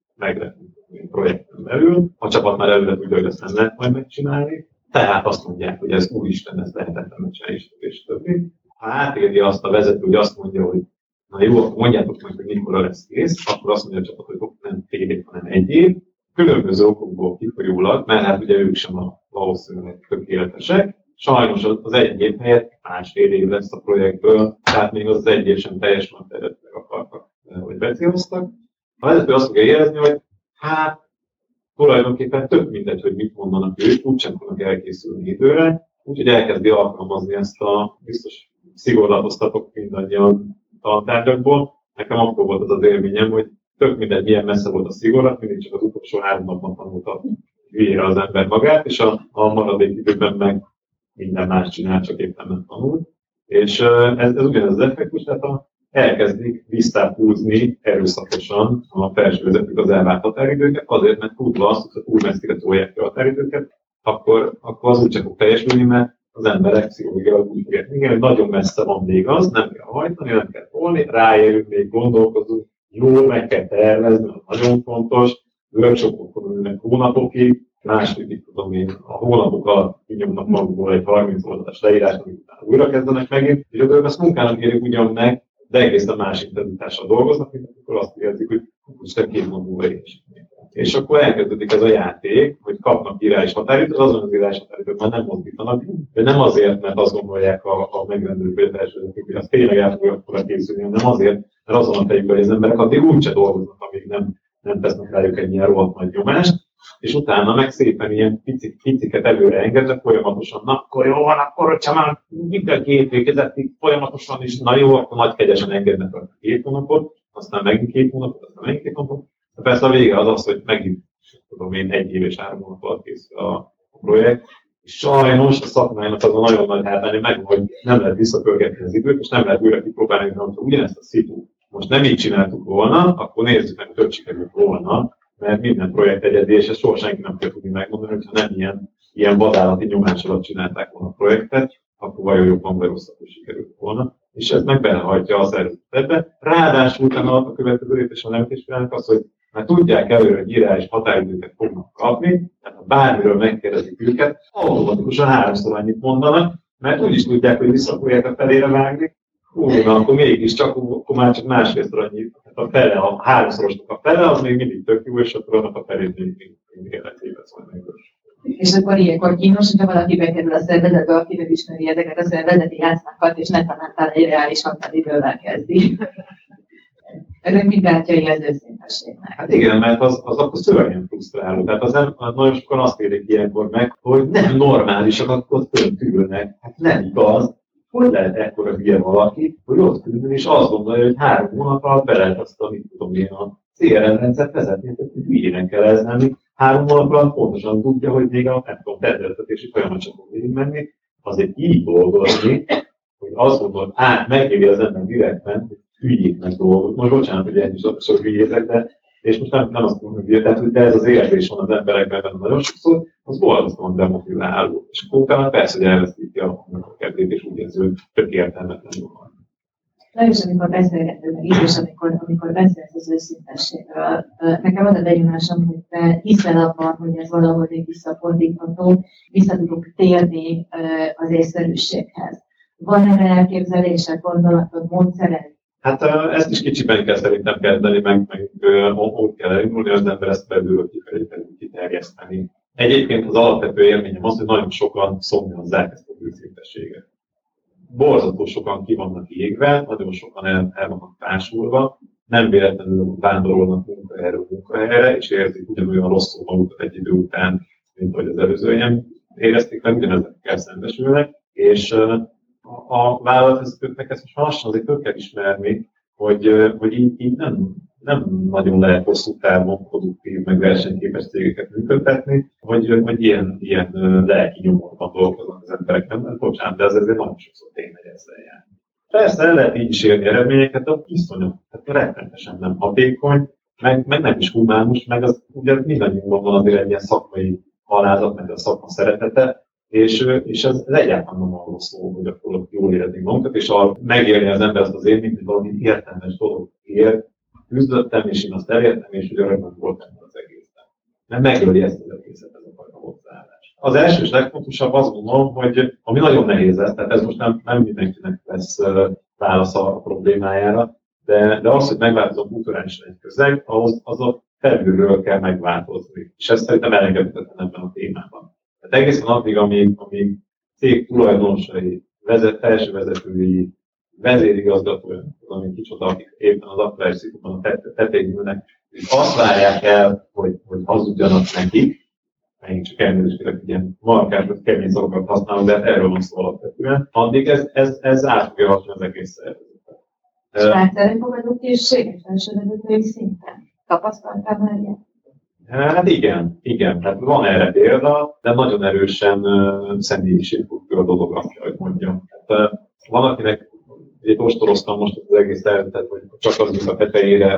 projekten belül, a csapat már előre tudja, hogy ezt nem lehet majd megcsinálni, tehát azt mondják, hogy ez úristen, ez lehetetlen megcsinálni, és többi. Ha átéri azt a vezető, hogy azt mondja, hogy na jó, akkor mondjátok meg, hogy mikor lesz kész, akkor azt mondja a csapat, hogy nem fél év, hanem egy év. Különböző okokból kifolyólag, mert hát ugye ők sem valószínűleg tökéletesek. Sajnos az egy év helyett másfél év lesz a projektből, tehát még az egy év sem teljes materiált meg akartak, hogy becéloztak. A vezető azt fogja érezni, hogy hát tulajdonképpen tök mindegy, hogy mit mondanak ők, úgysem fognak elkészülni időre, úgyhogy elkezdi alkalmazni ezt a biztos szigorlatoztatok mindannyian tantárgyakból. Nekem akkor volt az az élményem, hogy tök mindegy, milyen messze volt a szigorlat, mindig csak az utolsó 3 napban tanulta hülyére az ember magát, és a maradék időben meg minden más csinál, csak éppen nem tanul. És ez ugyanez az effektus, tehát elkezdik visszahúzni erőszakosan a felső vezetők az elvárt határidőket, azért, mert tudva azt, hogy túl messzire tolják ki a határidőket, akkor az úgy csak fog teljesülni, mert az emberek pszichológiailag úgy fogják. Igen, nagyon messze van még az, nem kell hajtani, nem kell tolni, ráérünk, még gondolkozunk, jó, meg kell tervezni, az nagyon fontos, workshopokon ülnek hónapokig, másodikig tudom én, a hónapok alatt kinyomnak magukból egy 30 oldalas leírás, amit utána újra kezdenek megint, és akkor ezt munkának érik ugyan meg, de egészen más intenzitással dolgoznak, mint akkor azt érzik, hogy csak 2 nap múlva éresíteni. És akkor elkezdődik ez a játék, hogy kapnak irányos határidőt, azon az irányos határidőt már nem mozdítanak, de nem azért, mert azt gondolják a megrendelők, vagy a felsővezetők, hogy az tényleg el fogja készülni, hanem azért, mert azon a fejükben, hogy az emberek addig úgyse dolgoznak, amíg nem tesznek rájuk egy ilyen rohadt nagy nyomást, és utána meg szépen ilyen piciket előre engedve folyamatosan, na akkor jó van, akkor hogyha már minden 2 végezettig folyamatosan is, na jó, akkor nagy kegyesen engednek a 2 hónapot, aztán megint 2 hónapot, aztán megint 2 hónapot. De persze a vége az, hogy megint, tudom én, 1 év és 3 hónap alatt készül a projekt, és sajnos a szakmának az a nagyon nagy hátránya meg, hogy nem lehet visszapörgetni az időt, és nem lehet újra kipróbálni, ha ugyanezt a szitu most nem így csináltuk volna, akkor nézzük meg, hogy sikerült volna, mert minden projekt egyedi, és ezt soha senki nem kell tudni megmondani, hogyha nem ilyen vadállati nyomás alatt csinálták volna a projektet, akkor vajon jobban vagy rosszabbul sikerült volna. És ez meg belehajtja a szervezetbe. Ráadásul utána a következő lépés a nevetésfélnek az, hogy már tudják előre, hogy irányos határidőket fognak kapni, tehát ha bármiről megkérdezik őket, automatikusan 3-szor annyit mondanak, mert úgyis tudják, hogy vissza fogják a felére vágni. Na, akkor mégiscsak, akkor már csak másfélszor annyit, a fele, a 3-szorosnak a fele, az még mindig tök jó, és akkor annak a felét még életében szól meg. És akkor ilyenkor kínos, hogyha valaki bekerül a szervezetbe, aki nem ismeri ezeket a szervezeti játszmákat, és ne tanántál egy reális határidővel kezdi. Ezek mind gátjai az őszintességnek. Hát igen, mert az akkor szörnyen frusztráló. Tehát az nem, nagyon sokan azt érik ilyenkor meg, hogy nem normálisak, akkor ott fönt ülnek. Hát nem igaz. Hogy lehet ekkora hülye valaki, hogy ott ül, és azt gondolja, hogy 3 hónap alatt be lehet azt, amit tudom én, a CRM rendszert vezetni, tehát hülyének kell ez lenni. 3 hónap alatt pontosan tudja, hogy még a rendeltetési folyamat sem fog menni. Azért így dolgozni, hogy azt gondolod, megéri az ember direktben, hogy hülyéknek dolgozik. Most bocsánat, hogy ennyi sok hülyézek, de és most nem azt mondom, hogy tehát, de ez az érzés van az emberekben nagyon sokszor, az borzasztóan demotiváló. És akkor utána persze, hogy elvesztíti a kedvét, és úgy érzi, hogy tök értelmetlenül van. Lajos, amikor beszélgetünk meg így, és amikor beszélsz az őszintességről, nekem az a benyomásom, hogy te hiszel abban, hogy ez valahol még visszafordítható, vissza tudunk térni az észszerűséghez. Van erre elképzelések, gondolatod, módszerek? Hát ezt is kicsiben kell szerintem kezdeni, meg úgy kell elindulni, az ember ezt belülről kifelé kiterjeszteni. Egyébként az alapvető élményem az, hogy nagyon sokan szomjazzák ezt az őszintességet. Borzasztó sokan ki vannak égve, nagyon sokan el vannak társulva, nem véletlenül vándorolnak munkahelyről munkahelyre, és érzik ugyanolyan rosszul magukat egy idő után, mint ahogy az előzően érezték meg, ugyanezekkel szembesülnek, és a vállalatvezetőknek ezt most lassan azért föl kell ismerni, hogy így nem nagyon lehet hosszú távon produktív, meg versenyképes cégeket működtetni, hogy ilyen lelki nyomorban dolgoznak az emberek. Nem, bocsánat, de ez azért nagyon sokszor tényleg ezzel jár. Persze el lehet így is érni eredményeket, de iszonyat, tehát rettenetesen nem hatékony, meg nem is humánus, meg az ugye mindannyiunkban van azért egy ilyen szakmai alázat, meg a szakma szeretete, és ez egyáltalán nem arról szól, hogy akkor jól érezni magunkat, és megélni az ember azt az élményt, hogy valami értelmes dolog ér, küzdöttem, és én azt elértem, és hogy örömmel voltam az egészben. Mert megöli ezt az egészet, ez a fajta hozzáállás. Az első és legfontosabb azt gondolom, hogy ami nagyon nehéz ez, tehát ez most nem mindenkinek lesz válasza a problémájára, de az, hogy megváltozó kulturálisan egy közeg, az a felülről kell megváltozni. És ez szerintem elengedhetetlen ebben a témában. Tehát egészen addig, amíg cég tulajdonosai, felső vezetői, vezérigazgatói, ami kicsoda, akik éppen az aktuális ciklusban a tetején ülnek, és azt várják el, hogy hazudjanak nekik, megint csak elnézést, hogy ilyen markás, vagy kemény szavakat használunk, de erről van szó alapvetően, addig ez át fogja hasonlni az egész szervezetet. És látsz készséges felsővezetői szinten? Tapasztaltál már ilyen? Hát igen. Tehát van erre példa, de nagyon erősen személyiségfüggő a dolog, azt kell, hogy mondjam. Tehát, van, akinek én ostoroztam most az egész területet, hogy csak az jut a tetejére,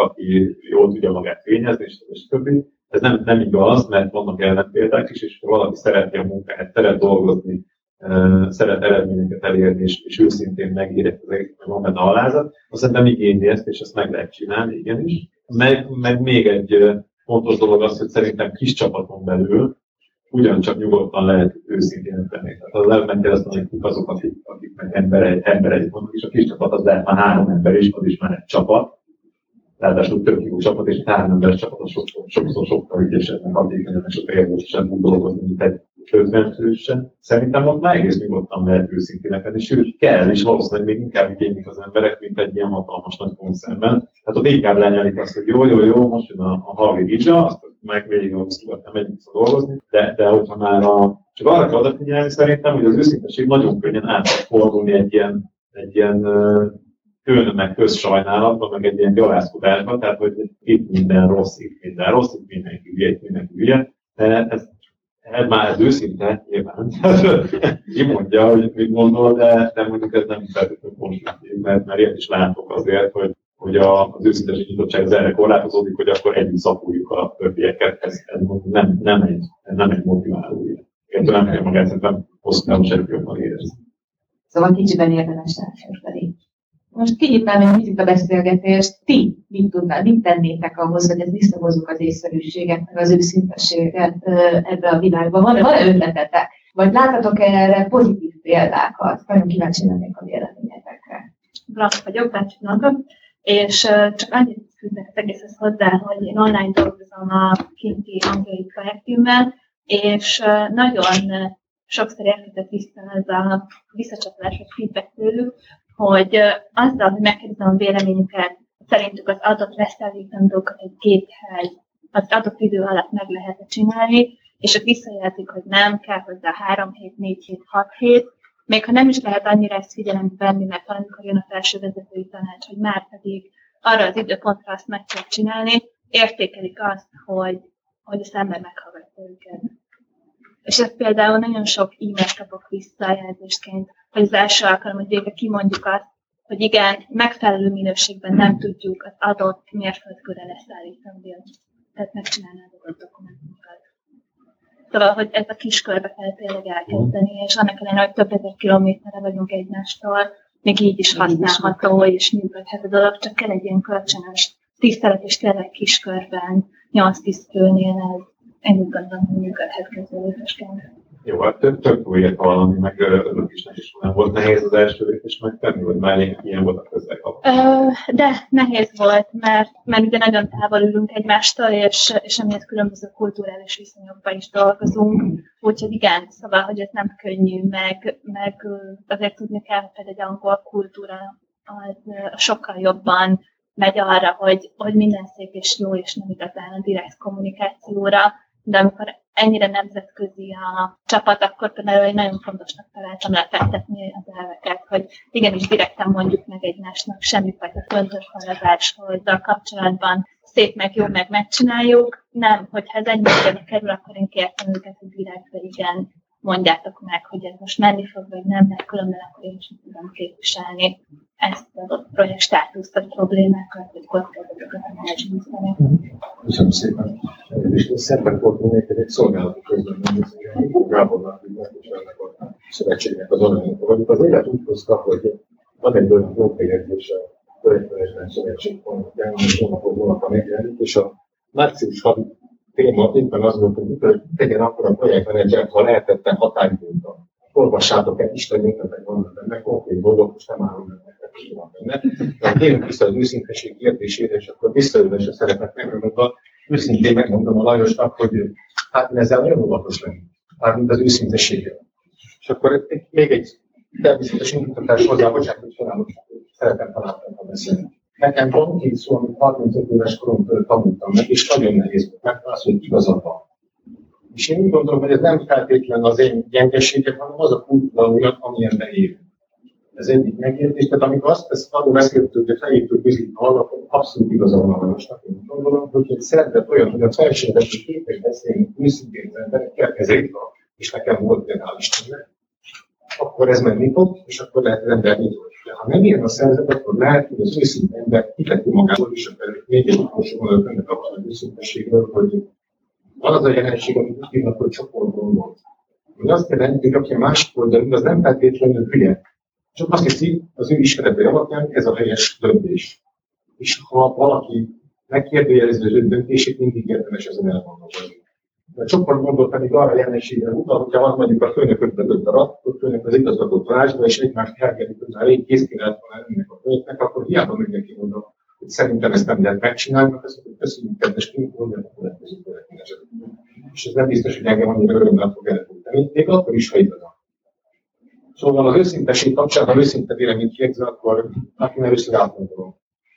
aki jól tudja magát fényezni, és többi. Ez nem igaz, mert vannak ellenpéldák is, és valaki szereti a munkáját, szeret dolgozni, szeret eredményeket elérni, és őszintén megírja az egész, meg van benne alázat, azt szerintem igényli ezt, és ezt meg lehet csinálni, igenis. Meg még egy fontos dolog az, hogy szerintem kis csapaton belül ugyancsak nyugodtan lehet őszintén tenni. Tehát az előbb megkérdeztem, hogy kik azok, akik meg ember egy mondjuk, és a kis csapat az lehet már 3 ember is, az is már egy csapat. Ráadásul több jó csapat, és 3 emberes csapat sokszor sokkal ügyesebben, hatékonyan, és sokkal érdekesebben tud dolgozni, mint egy 50 fősen. Szerintem ott már egész nyugodtan lehet őszintének lenni, sőt kell, és valószínűleg még inkább igénylik az emberek, mint egy ilyen hatalmas nagy koncernben. Tehát ott inkább lenyelik azt, hogy jó, most jön a havi vizsga, azt meg végig nem megyünk vissza dolgozni, de hogyha már csak arra kell odafigyelni szerintem, hogy az őszinteség nagyon könnyen át tud fordulni egy ilyen meg közsajnálatban, meg egy ilyen gyalászkodásban, tehát hogy itt minden rossz, itt mindenki hülye, de ez már ez őszinte, nyilván. Ki mondja, hogy mit gondol, de mondjuk ez nem feltétlenül konstruktív, mert ilyet is látok azért, hogy az őszinteség nyitottság az erre korlátozódik, hogy akkor együtt szapuljuk a többieket. Ez nem egy motiváló ilyen. Ettől nem kell magát szerintem hosszú távon jobban érezni. Szóval kicsiben érdemes felfelé. Most kinyitnám egy kicsit a beszélgetést, ti mit tennétek ahhoz, hogy ez visszahozzuk az észszerűséget, meg az őszintességet ebbe a világba? Van-e ötletetek? Vagy láthatok erre pozitív példákat? Nagyon kíváncsi lennék a véleményetekre. Blanka vagyok, Bácsi Blanka, és csak annyit fűznek az egészhez hozzá, hogy én online dolgozom a kinti angliai projektümmel, és nagyon sokszor érkezett vissza ez a visszacsatolás, vagy feedback tőlük, hogy azzal, hogy megkérdezem a véleményüket, szerintük az adott leszállítandókat egy géphez az adott idő alatt meg lehet csinálni, és ők visszajelzik, hogy nem, kell hozzá 3 hét, 4 hét, 6 hét, még ha nem is lehet annyira ezt figyelembe venni, mert valamikor jön a felső vezetői tanács, hogy már pedig arra az időpontra azt meg kell csinálni, értékelik azt, hogy az ember meghallgatja őket. És ezt például nagyon sok e-mailt kapok visszajelzésként, hogy az első alkalom, hogy végre kimondjuk azt, hogy igen, megfelelő minőségben nem tudjuk az adott mérföldkörre leszállítani, tehát megcsinálni az adott dokumentumokat. Szóval, hogy ez a kis körbe kell tényleg elkezdeni, és annak ellenére, hogy több ezer kilométerre vagyunk egymástól, még így is használható és működhet a dolog, csak kell egy ilyen kölcsönös tisztelet, és tényleg kis körben, 8-10 főnél én úgy gondolom, hogy működhet kezdődésként. Jó, hát tök jó ilyet hallani, meg örülök is nem volt nehéz az első lépést megtenni, vagy már ilyen volt a közlekedés? De nehéz volt, mert ugye nagyon távol ülünk egymástól, és emiatt különböző kulturális viszonyokban is dolgozunk. Úgyhogy igen, szóval, hogy ez nem könnyű, meg azért tudni kell, hogy egy angol kultúra az sokkal jobban megy arra, hogy minden szép és jó, és nem igazán a direkt kommunikációra, de amikor ennyire nemzetközi a csapat, akkor például nagyon fontosnak találtam lefektetni az elveket, hogy igenis direkten mondjuk meg egymásnak, semmifajta föntöshalazáshoz a kapcsolatban szép meg jó meg megcsináljuk. Nem, hogyha ez ennyi kerül, akkor én kértem őket, hogy direktbe igen, mondjátok meg, hogy ez most menni fog, vagy nem, mert különben akkor én is tudom képviselni ezt az adott projekt státuszt, vagy problémákat, vagy kockázatokat a menedzsmentben. Köszönöm szépen. És szerben fordulnék egy szolgálati közben, Gábornak, és ennek a szövetségnek az organizátorok. Az élet úgy hozta, hogy van egy olyan blogbejegyzés a Projektmenedzsment Szövetség.hu, és hónapon megjelenik, és a március havi téma éppen az volt, hogy tegyen akkor a projektmenedzser, ha lehetette határidőt. Olvassátok el, Istenünket vannak benne, konkrét dolgok, most nem állom meg benne. De tényleg vissza az őszintesség kérdésére, és akkor visszaülve szeretnek megmondani, őszintén megmondom a Lajosnak, hogy hát én ezzel nagyon óvatos lenni, mármint az őszintességgel. És akkor még egy természetes indítatás hozzá, bocsánat, hogy felállok, szeretem találtam beszélni. Nekem van két szó, amit 35 éves koromtól tanultam meg, és nagyon nehéz volt meg, az, hogy igazad van. És én úgy gondolom, hogy ez nem feltétlen az én gyengeségem, hanem az a kultúra, amilyenben élünk. Ez egyik megértés, tehát amikor azt tesz, arról beszéltünk, hogy fejétől bizony hallok, abszolút igazad van a Lajosnak. Én gondolom, hogy egy szervezet olyan, hogy a felsővezető képes beszélni őszintén az emberekkel, ez egy van, és nekem volt például Istennek, akkor ez menni fog, és akkor lehet rendelni. De ha nem ilyen a szervezet, akkor lehet, hogy az őszinte ember kiteti magából is, akkor még egy utolsó mondatot ennek a őszintességről, hogy van az a jelenség, amit úgy hívnak, hogy csoportban volt. Hogy azt jelenti, hogy aki a másik oldalon, az nem feltétlenül hülye. Csak azt hiszi, az ő ismeretei alapján ez a helyes döntés. És ha valaki megkérdőjelezi az ő döntését, mindig érdemes ezen elgondolkozni. A csoportgondol pedig arra a jelenségre utal, hogyha van mondjuk a főnököt dönt a rat, a főnök az igazgató tanácsba, és egymást hergedik, hogy már rég kész kéne volna ennek a projektnek, akkor hiába meg neki mondom, hogy szerintem ezt nem lehet megcsinálni, mert azt mondjuk, hogy köszönjük, kedves Kintól, de a következő projektmenedzser. És ez nem biztos, hogy engem annyira örömmel fog eltudni, még akkor is, ha igazam. Szóval az őszintesség kapcsán, ha őszinte véleményt képzel, akkor aki először átmondom.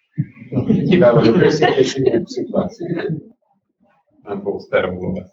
Kivel vagyok őszintességű szituáció. Nem fogsz termolni ezt.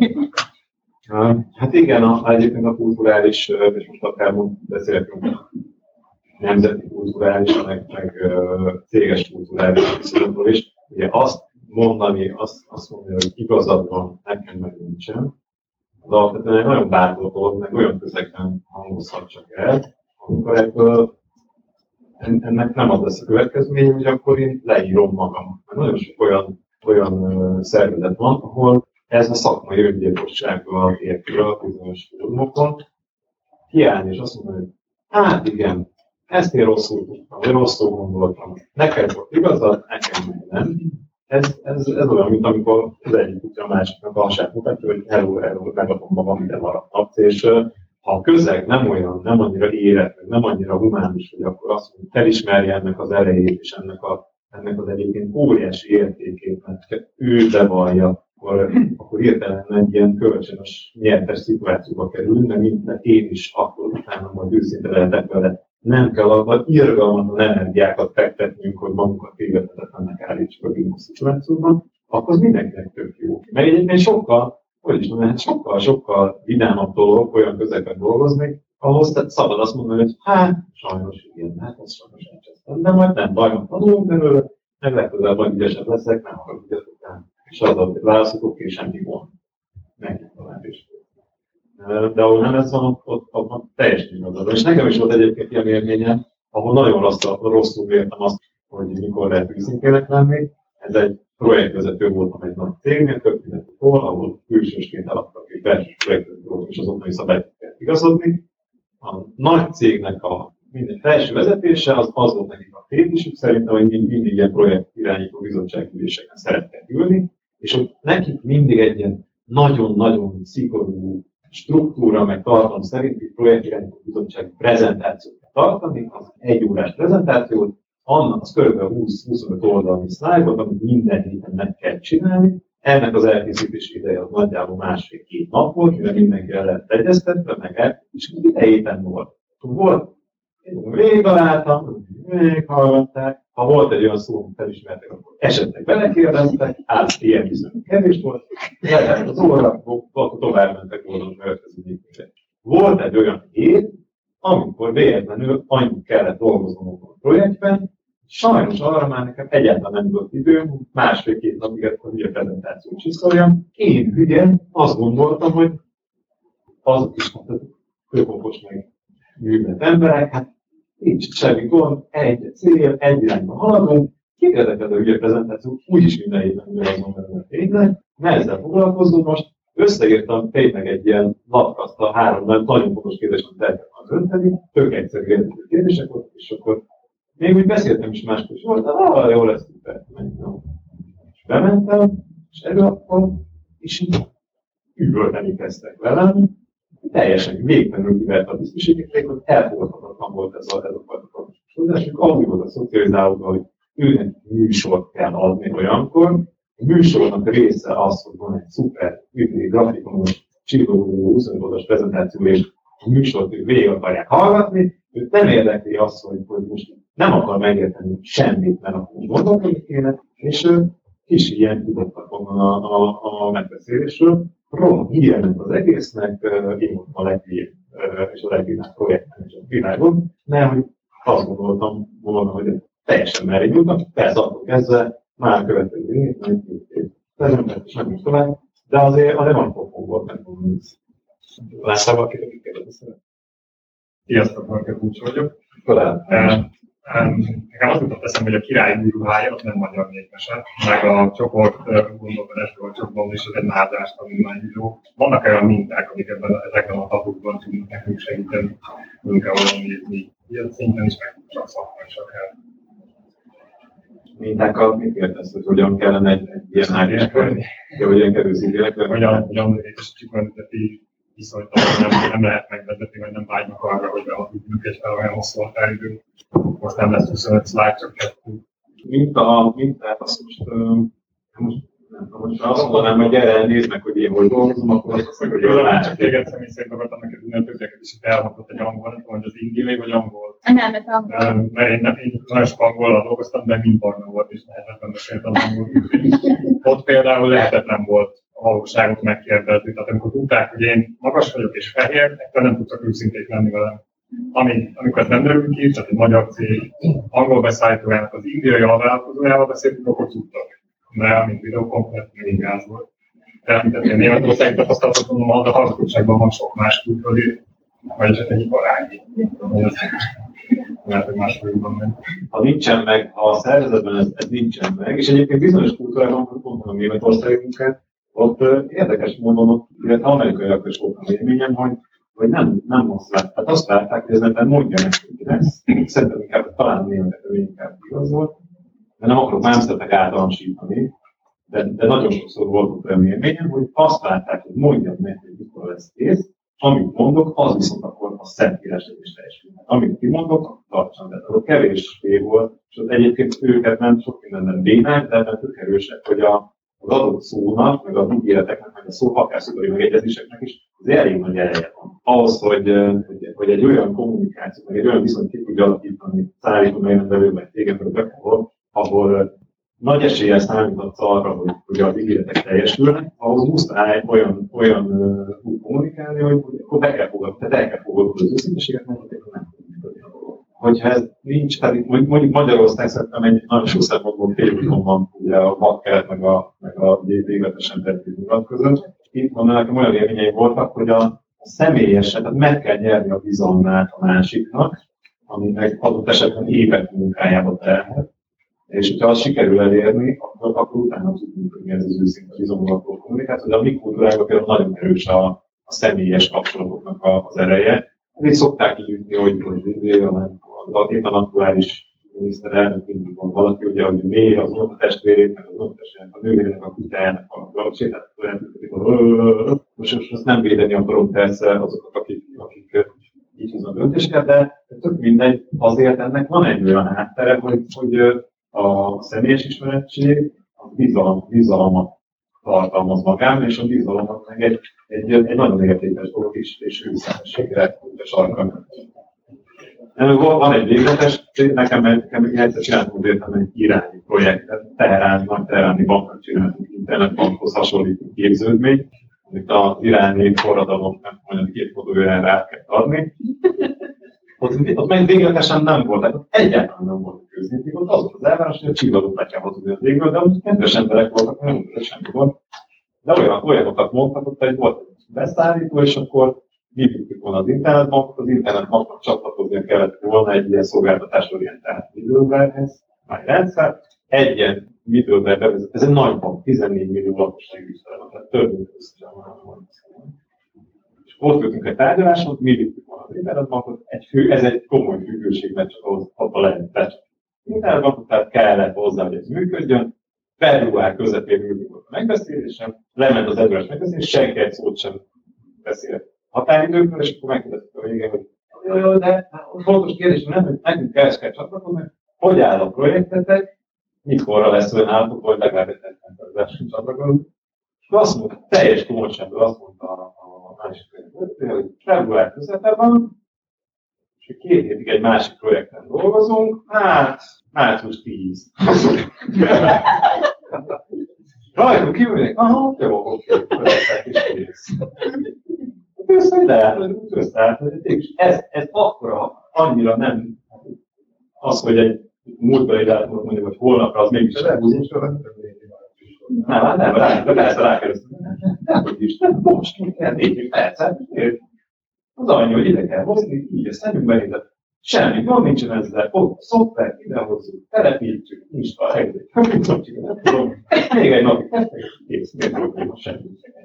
Hát igen, egyébként a kulturális, és most akár beszéltünk nemzeti kulturális, meg céges kulturális viszonyokról is. Ugye azt mondani, hogy igazad van, nekem meg nincsen. Az alapvetően egy nagyon bátor dolog, meg olyan közegben hangozhat csak el, amikor ebből ennek nem az lesz a következmény, hogy akkor én leírom magam. Mert nagyon sok olyan szervezet van, ahol ez a szakmai öngyilkossággal épül a bizonyos fórumokon, kiállni és azt mondani, hogy hát igen, ezt én rosszul tudtam, vagy rosszul gondoltam. Neked volt igazad, nekem nem. Ez olyan, mint amikor az egyik kutya a másiknak a hasát mutatja, hogy hello, megadom magam, ide maradnak. És ha a közeg nem olyan, nem annyira érett, nem annyira humánus, hogy akkor azt mondja, felismerje ennek az erejét, és ennek az egyébként óriási értékét, mert ő bevallja, akkor hirtelen egy ilyen kölcsönös, nyertes szituációba kerül, mert én is akkor utána majd őszinte lehetek vele. Nem kell abban irgalmatlan energiákat fektetnünk, hogy magunkat tévedhetetlennek állítsuk a bizonyos szituációban, akkor az mindenkinek tök jó. Meg egyébként sokkal vidámabb dolog olyan közegben dolgozni, ahhoz szabad azt mondani, hogy hát, sajnos igen, hát az sajnos elcsesztem, de majd nem baj, tanulunk belőle, meg legközelebb majd ügyesebb leszek, nem haragudjatok rám. És azzal válaszotok, és semmi gond. Meg tovább is. De ahol nem ez van, ott teljesen igazad. És nekem is volt egyébként ilyen élményem, ahol nagyon rosszul értem azt, hogy mikor lehet őszintének lenni. Ez egy projektvezető voltam egy nagy cégnél, történetű ahol külsősként eladtak egy belső projektvezető volt, és azonnal szabályokat kell igazodni. A nagy cégnek a minden felső vezetése az volt nekik a tétésük, szerintem, hogy mindig ilyen projekt irányító bizottságüléseken szerettek ülni, és ott nekik mindig egy ilyen nagyon-nagyon szigorú struktúra, meg tartalom szerinti projektirányító bizottsági prezentációt tartani, az egy órás prezentációt, annak az kb. 20-25 oldalmi szlájdot, amit minden héten meg kell csinálni. Ennek az elkészítési ideje az nagyjából 1,5-2 nap volt, mire mindenki el lett egyeztetve, meg és minden héten volt. Én végigtaláltam, végighallgatták, ha volt egy olyan szó, amit felismertek, akkor esetleg belekérdeztek, ilyen bizony kevés volt, lehet az óra, akkor tovább mentek volna a következő hétre. Volt egy olyan hét, amikor véletlenül annyit kellett dolgoznom a projektben, sajnos arra már nekem egyáltalán nem volt időm, 1,5-2 napig ezt a hülye prezentációt csisztoljam. Én hülyen azt gondoltam, hogy azok is főkopos meg művelt emberek, hát nincs semmi gond, egy cél, egy irányba haladunk, két érdekelő ügyek prezentáció, úgyis minden évben ugyanazon belül tényleg, ne ezzel foglalkozunk most, összeírtam tényleg egy ilyen lapkasztal 3 nagyon fontos kérdést, amit el kellene dönteni, tök egyszerű érdekű kérdések volt, és akkor még úgy beszéltem is máskor is volt, de jól lesz, és bementem, és előadtam, és így üvölteni kezdtek velem, teljesen végtelenül kivert a biztosíték, hogy elfogadhatatlan volt ez a fajta kapcsolatás, és annyi volt a szocializálódva, hogy őnek műsort kell adni olyankor. A műsornak része az, hogy van egy szuper, grafikonos, csillogó 25 oldalás prezentáció, és a műsort ők végig akarják hallgatni, őt nem érdekli az, hogy most nem akar megérteni semmit, mert akkor gondolkodni kéne, és kis ilyen tudottak volna a megbeszélésről. Rohadt hírjelent az egésznek, én voltam a leghír és a leghírább projektmenedzser a világon, mert hogy azt gondoltam volna, hogy teljesen merre jutnak, persze attól kezdve már következő év, majd teremtett és nem is tovább, de azért van pofon volt megmondani. Láttál valakit, akik kérdezni? Sziasztok, Market Búcs vagyok. Talán. Nekem azt jutott eszembe, hogy a király ruhája az nem magyar népmese, meg a csoport gondolkodásról csopban is ez egy nádás tanulmányíró. Vannak olyan minták, amik ezekben a tapokban tudnak nekünk segíteni, munkába valami ilyen szinten is, meg csak szakmai is akár. Mintákkal mit értesz, hogy hogyan kellene egy ilyen árnyékelni? De hogyan kerül szintélekre? Hogyan létesítjük vezeteti viszonyt, nem lehet megvezetni, vagy nem vágynak arra, hogy beadjuk egy fel olyan hosszú határidőt. Most nem lesz 25 szlájd, csak 2. Mintát azt most azt mondanám, hogy gyere, nézd meg, hogy én hogy dolgozom, akkor azt mondom, hogy jól látsz. Csak téged személy szerint akartam neked minden többeket is, hogy elmondott egy angol, nem tudom, hogy az indiai vagy angol. Nem, ez angol. Mert én nagyon sok angollal dolgoztam, de mind barna volt, és nehezebben beszéltem angol. Ott például lehetetlen volt a valóságot megkérdezni. Tehát amikor tudták, hogy én magas vagyok és fehér, ekkor nem tudtak őszinték lenni velem. Amikor nem derül ki, tehát egy magyar cég angol beszállítójának az indiai alvállalkozójával beszéltünk, akkor tudtak. De amint videokonferencia még gáz volt. Tehát én Németország tapasztalatot mondom, de a hallgatóságban van sok más kultúri, vagy esetleg iparányi. Lehet, hogy más vagyokban meg. Ha nincsen meg, ha a szervezetben ez nincsen meg, és egyébként bizonyos kultúrában, hogy mondom a Németországi munkát, ott érdekes módon, illetve amerikaiak is volt a élményem, hogy nem azt látták. Tehát azt látták, hogy ez nem mondja nekünk, hogy lesz. Szerintem inkább talán németekről inkább igaz volt. De nem akarok már szeretek általánosítani, de nagyon sokszor volt olyan élményem, hogy azt látták, hogy mondjam meg, hogy mikor lesz kész, amit mondok, az viszont akkor a szentírásra is teljesül. Amit kimondok, akkor tartsam, de ott kevésbé volt, és ott egyébként őket nem sok mindenben bénák, de ebben tök erősek, hogy az adott szónak, meg az ígéreteknek, meg a szó akárszobori megegyezéseknek is az elég nagy ereje van. Ahhoz, hogy egy olyan kommunikáció, meg egy olyan viszonyt ki tudja alakítani, szállítom melyen belül, meg téged, meg ahol nagy eséllyel számíthatsz arra, hogy az ígéretek teljesülnek, ahhoz muszáj olyan kommunikálni, hogy akkor be kell fogadni, tehát el kell fogadni az őszinteséget, mert nem tudjuk. Hogyha ez nincs, tehát mondjuk Magyarország szerintem egy nagyon sok szempontból félúton van ugye a vakkelet meg a végletesen terjedő nyugat között. Itt van nekem olyan élményei voltak, hogy a személyesen, tehát meg kell nyerni a bizalmát a másiknak, ami meg adott esetben évek munkájába terhet. És hogyha azt sikerül elérni, akkor utána tudjuk, hogy ez az őszinte bizalommaló kommunikáció, de a mi kultúrákban például nagyon erős a személyes kapcsolatoknak az ereje. Itt szokták így ütni, hogy éppen aktuális miniszterelnök mindig van valaki, ugye, hogy mély az unokatestvérét, meg az unokatestvérének, a nővérének, a kutyájának a valóság, tehát olyan, most azt nem védeni akarom persze azokat, akik így hoznak döntéseket, de tök mindegy, azért ennek van egy olyan háttere, hogy a személyes ismerettség a bizalmat tartalmaz magában, és a bizalomnak meg egy nagyon értékes dolog is, és őszintességre sarkalni. Van egy végletes, nekem egyszer csináltunk egy irányi projektet, teheráni banknak csináltunk, internetbankhoz hasonlító képződmény, amit az iráni forradalomnak mondjuk 2 fotójára rá kell adni. Ott meg végletesen nem volt, egyáltalán nem volt köznyítik, ott az volt az elvárás, hogy a csillagok letyába tudni a végül, de ott kedves emberek voltak, nem volt semmi volt. De olyanokat mondtak, ott volt egy beszállító, és akkor mi vittük volna az internetbankot, az internetbanknak csatlakoznia kellett volna egy ilyen szolgáltatásorientált middlewarehez, már rendszer, egy ilyen middleware bevezet, ez egy nagy bank, 14 millió lakossági ügyfele van, tehát több mint összesen van. És ott ültünk egy tárgyaláson, mi vittük volna az internetbankot, ez egy komoly függőség, mert csak ahhoz lehet becsatni. Internetbankot, tehát kellett hozzá, hogy ez működjön. Február közepén működött a megbeszélésem, lement az előres megbeszélés, senki egy szót sem beszélt határidőkről, és akkor megkérdeztük a végén, hogy jó, de fontos kérdés, nem, hogy nekünk kell csatlakozni, hogy áll a projektetek, mikorra lesz olyan állatok, vagy legalább egy versenyt csatlakozunk. És azt mondta, teljes komolyságban azt mondta a másik projektvezető, hogy február közepe van, és 2 hétig egy másik projekten dolgozunk, hát március 10. Rajtunk kívülnek, aha, jó, oké, projektek is kész. Összeállt, és ez akkora, annyira nem az, hogy egy múltbeli dátumot mondjuk, hogy holnapra az mégis elhúzunk. Nem, rákeresztül. Nem, most kell 4 percet. Az annyi, hogy ide kell hozni, így ezt tegyünk be ide. Semmi gond nincsen ezzel, ott a szoftver, idehozzuk, telepítjük, nincs a helyzet. Nem tudom, még egy napig kész, miért probléma semmi.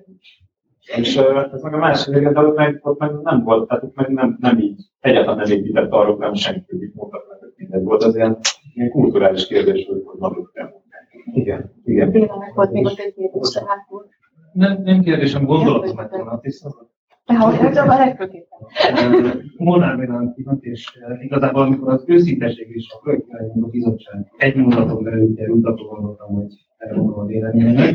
És ez meg a másik végén, de ott meg nem volt, tehát ott meg nem így, egyáltalán nem épített arról, nem senki így mondtak meg, hogy mindegy volt, az ilyen kulturális kérdés, hogy nagyobb kell mondani. Igen. Bélának volt még ott egy kérdés, hátul. Nem kérdésem, gondolatom meg volna, tisztázat. Ez a legfőképpen. Molnár Milántinak, és igazából amikor az őszinteség és a projektirányító bizottság egy mondaton belül került, akkor gondoltam, hogy elmondom a véleményemet.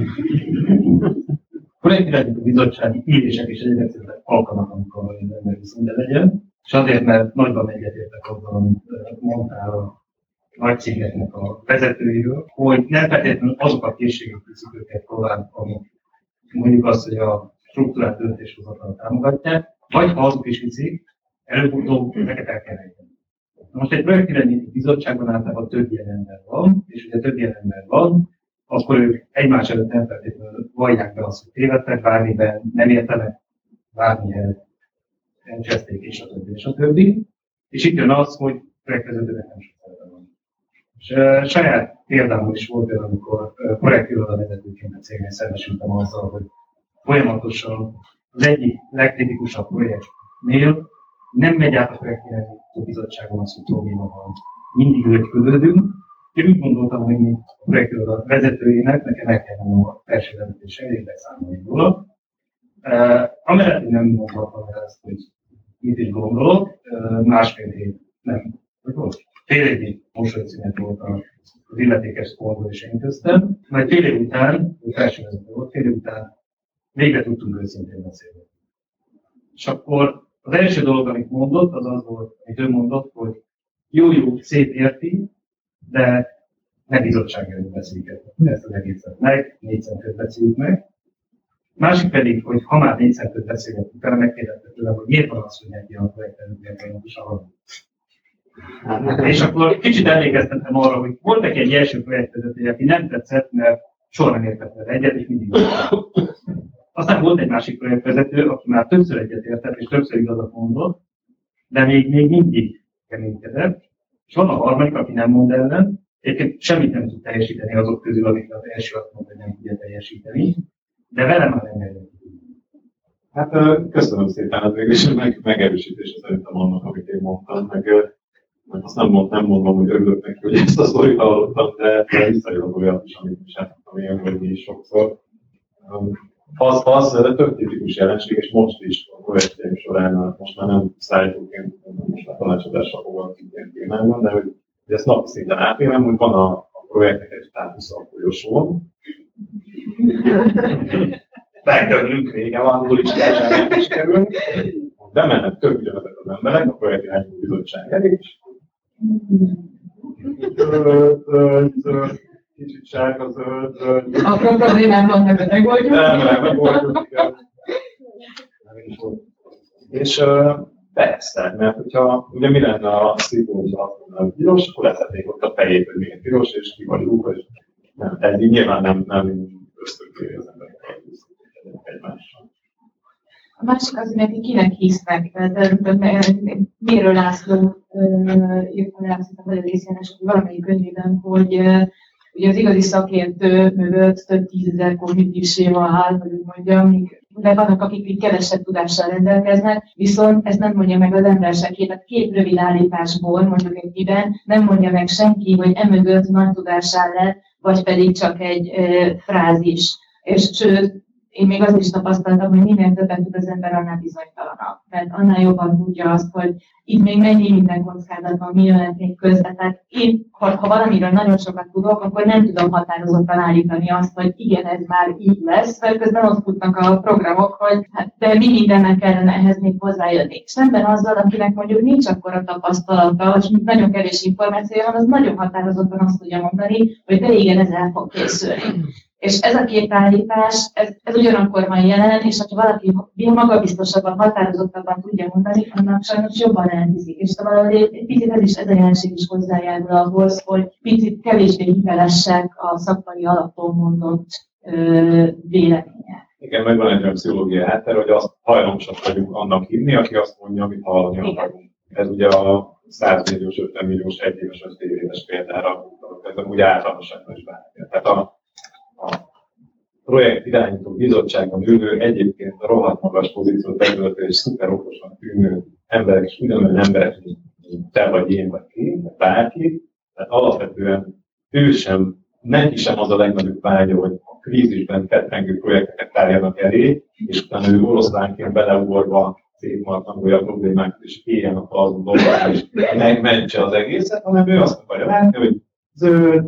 Projektirányító bizottsági ülések és egyébként alkalmak, amikor az ember viszont legyen. És azért, mert nagyban egyetértek azzal, amit mondtál a nagy cégeknek a vezetőiről, hogy nem feltétlenül azok a készségek viszik őket tovább, amik mondjuk azt, hogy a struktúrát döntéshozatal támogatják, vagy ha azok is viszik, előbb-utóbb ezeket el kell rejteni. Most egy projektirányító bizottságban általában több ilyen ember van, és ugye több ilyen ember van, akkor ők egymás előtt nem feltétlenül vallják be azt, hogy tévedtek, bármiben nem értenek, bármilyen nem cseszték, és a többi, és a többi. És itt jön az, hogy projektvezetőnek nem sok szerepe van. És saját példámon is volt olyan, amikor projektiroda vezetőként a cégnél szembesültem azzal, hogy folyamatosan az egyik legkritikusabb projektnél nem megy át a projektirányító bizottságon az, hogy probléma van. Mindig ötkölődünk. Én úgy gondoltam, hogy mi a projektiroda vezetőjének nekem el kell mennem a felső vezetés elé, beszámolni róla. Amellett nem mondhatom el ezt, hogy mit is gondolok, másfél év, nem, hogy volt? Fél évig mosolyszünet volt az illetékes szkolból, és én köztem. Majd fél év után, felső vezető volt, fél év után végre tudtunk őszintén beszélni. És akkor az első dolog, amit mondott, az az volt, amit ő mondott, hogy jó, szép érti, de ne bizottság előtt beszéljük ezt az egészet meg, 4 centet beszéljük meg. Másik pedig, hogy ha már 4 centet beszélgetünk, utána megkérdezte tőlem, hogy miért van az, hogy neki a projektelőknek folyamatosan van. És akkor kicsit emlékeztettem arra, hogy volt neki egy első projektvezető, aki nem tetszett, mert soha nem értett vele egyet, és mindig aztán volt egy másik projektvezető, aki már többször egyetértett, és többször igazat mondott, de még mindig keménykedett. És van a harmadik, aki nem mond ellen, egyébként semmit nem tud teljesíteni azok közül, amikre az első azt mondta, hogy nem tudja teljesíteni, de vele már nem eljön. Hát köszönöm szépen, ez végül is megerősítés szerintem annak, amit én mondtam, meg azt nem mondom, hogy örülök neki, hogy ezt a sztorit hallottam, de visszajön olyat is, amit is elmondtam én, hogy mi is sokszor. Az több tipikus jelenség, és most is a projektjeim során, most már nem szállítóként, most már tanácsadással foglalkozunk ilyen témában, de hogy ezt napi szinten átélem, hogy van a projektnek egy státusza a folyosón. Megdöglünk régen, angol is kell, is kerülni. Bemennek több ugyanezek az emberek, a projektirányító bizottság elég is. Kicsit sárga, zöld. Akkor problémám vannak, de megoldjuk. Nem, megoldjuk. És persze, mert hogyha ugye mi lenne a szívóban, azt mondaná, hogy piros, akkor leszetnék ott a fejét, hogy milyen piros, és ki vagyunk, és nem, ez így nyilván nem ösztökéli az embereket egymással. A másik az, hogy kinek hisznek. Mérő László írta le azt a Magyar Részjárás valamelyik könyvében, hogy ugye az igazi szakértő mögött több 10 000 kognitív séma áll, hogy úgy mondjam, de vannak, akik így kevesebb tudással rendelkeznek, viszont ez nem mondja meg az emberségét. Tehát 2 rövid állításból, mondjuk egy iben, nem mondja meg senki, hogy emögött nagy tudás áll le, vagy pedig csak egy frázis. És sőt, én még azt is tapasztaltam, hogy minél többet tud az ember, annál bizonytalanabb. Mert annál jobban tudja azt, hogy itt még mennyi minden kockázat van, mi jöhet még közben. Tehát én, ha valamiről nagyon sokat tudok, akkor nem tudom határozottan állítani azt, hogy igen, ez már így lesz, mert közben ott futnak a programok, hogy hát, de mi mindennek kellene ehhez még hozzájönni. Szemben azzal, akinek mondjuk nincs akkora tapasztalata, és nagyon kevés információja van, az nagyon határozottan azt tudja mondani, hogy de igen, ez el fog készülni. És ez a 2 állítás, ez ugyanakkor van jelen, és ha valaki magabiztosabban, határozottabban tudja mondani, annak sajnos jobban elhiszik. És valahogy egy picit ez a jelenség is hozzájárul ahhoz, hogy picit kevésbé hitelesek a szakmai alapon mondott vélemények. Igen, meg van egy olyan pszichológiai háttér, hogy azt hajlamosak vagyunk annak hinni, aki azt mondja, amit hallani akarunk. Ez ugye a 100 milliós, 50 milliós, 1 éves vagy fél éves példára, ez úgy általánosan is bármilyen. Tehát a projekt irányító bizottságban ülő, egyébként a rohadt magas pozíciót betöltő és szuper okosan tűnő emberek, és ugyanolyan emberek, mint te vagy én vagy ki, vagy bárki, tehát alapvetően neki sem az a legnagyobb vágya, hogy a krízisben fetrengő projekteket tárjanak elé, és utána ő oroszlánként beleugorva szétmartangolja a problémákat, és éljen a azon dolgokat, és megmentse az egészet, hanem ő azt akarja látni, hogy zöld,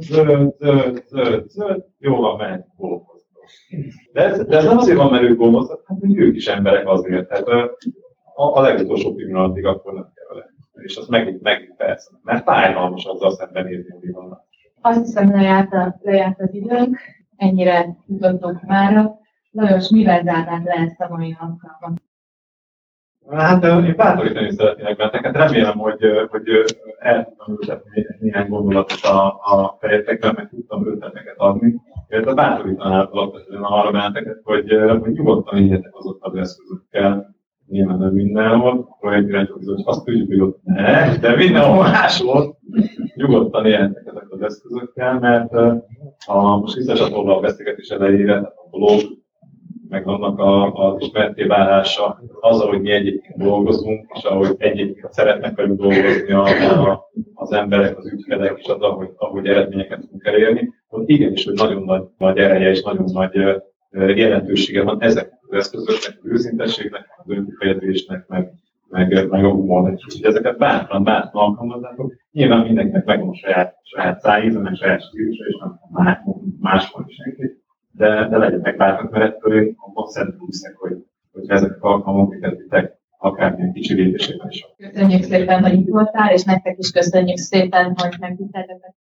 jól van, mehet, golfoznak. De ez nem azért van, mert ők golfoznak, hát hogy ők is emberek azért. Tehát a legutolsó pillanatig akkor nem kell vele. És azt megint persze, mert fájdalmas azzal szembenézni, hogy van. Azt hiszem, lejárt az időnk, ennyire jutottunk mára. Lajos, mivel zárnád le ezt a mai alkalmat? Hát én bátorítani szeretnék benneteket. Remélem, hogy el tudtam ültetni néhány gondolatot a fejetekben, meg tudtam ötleteket adni. Illetve bátorítanám alapvetően arra benneteket, hogy nyugodtan éljetek azokkal az eszközökkel, nyilván nem mindenhol, projekt irányító bizottság, azt tudjuk, hogy ott ne, de mindenhol máshol nyugodtan éljetek ezek az eszközökkel, mert most visszacsatolva a beszélgetés elejére, a blog, meg annak az ismertté válása, az, ahogy mi egyébként dolgozunk, és ahogy egyébként szeretnek velünk dolgozni az emberek, az ügyfelek, és az, ahogy eredményeket tudunk elérni, ott igenis, hogy nagyon nagy ereje és nagyon nagy jelentősége van ezeknek az eszközöknek, az őszintességnek, az önkifejezésnek, meg a humornak. Úgyhogy ezeket bátran alkalmazzátok. Nyilván mindenkinek megvan a saját szájíze, meg saját stílusa, és nem máshol is senki. De legyetek bátrak, mert ettől én abban szerintem hiszek, hogy ezek alkalmak kezditek akármilyen kicsi lépésében is. Köszönjük szépen, hogy itt voltál, és nektek is köszönjük szépen, hogy megtiszteltetek.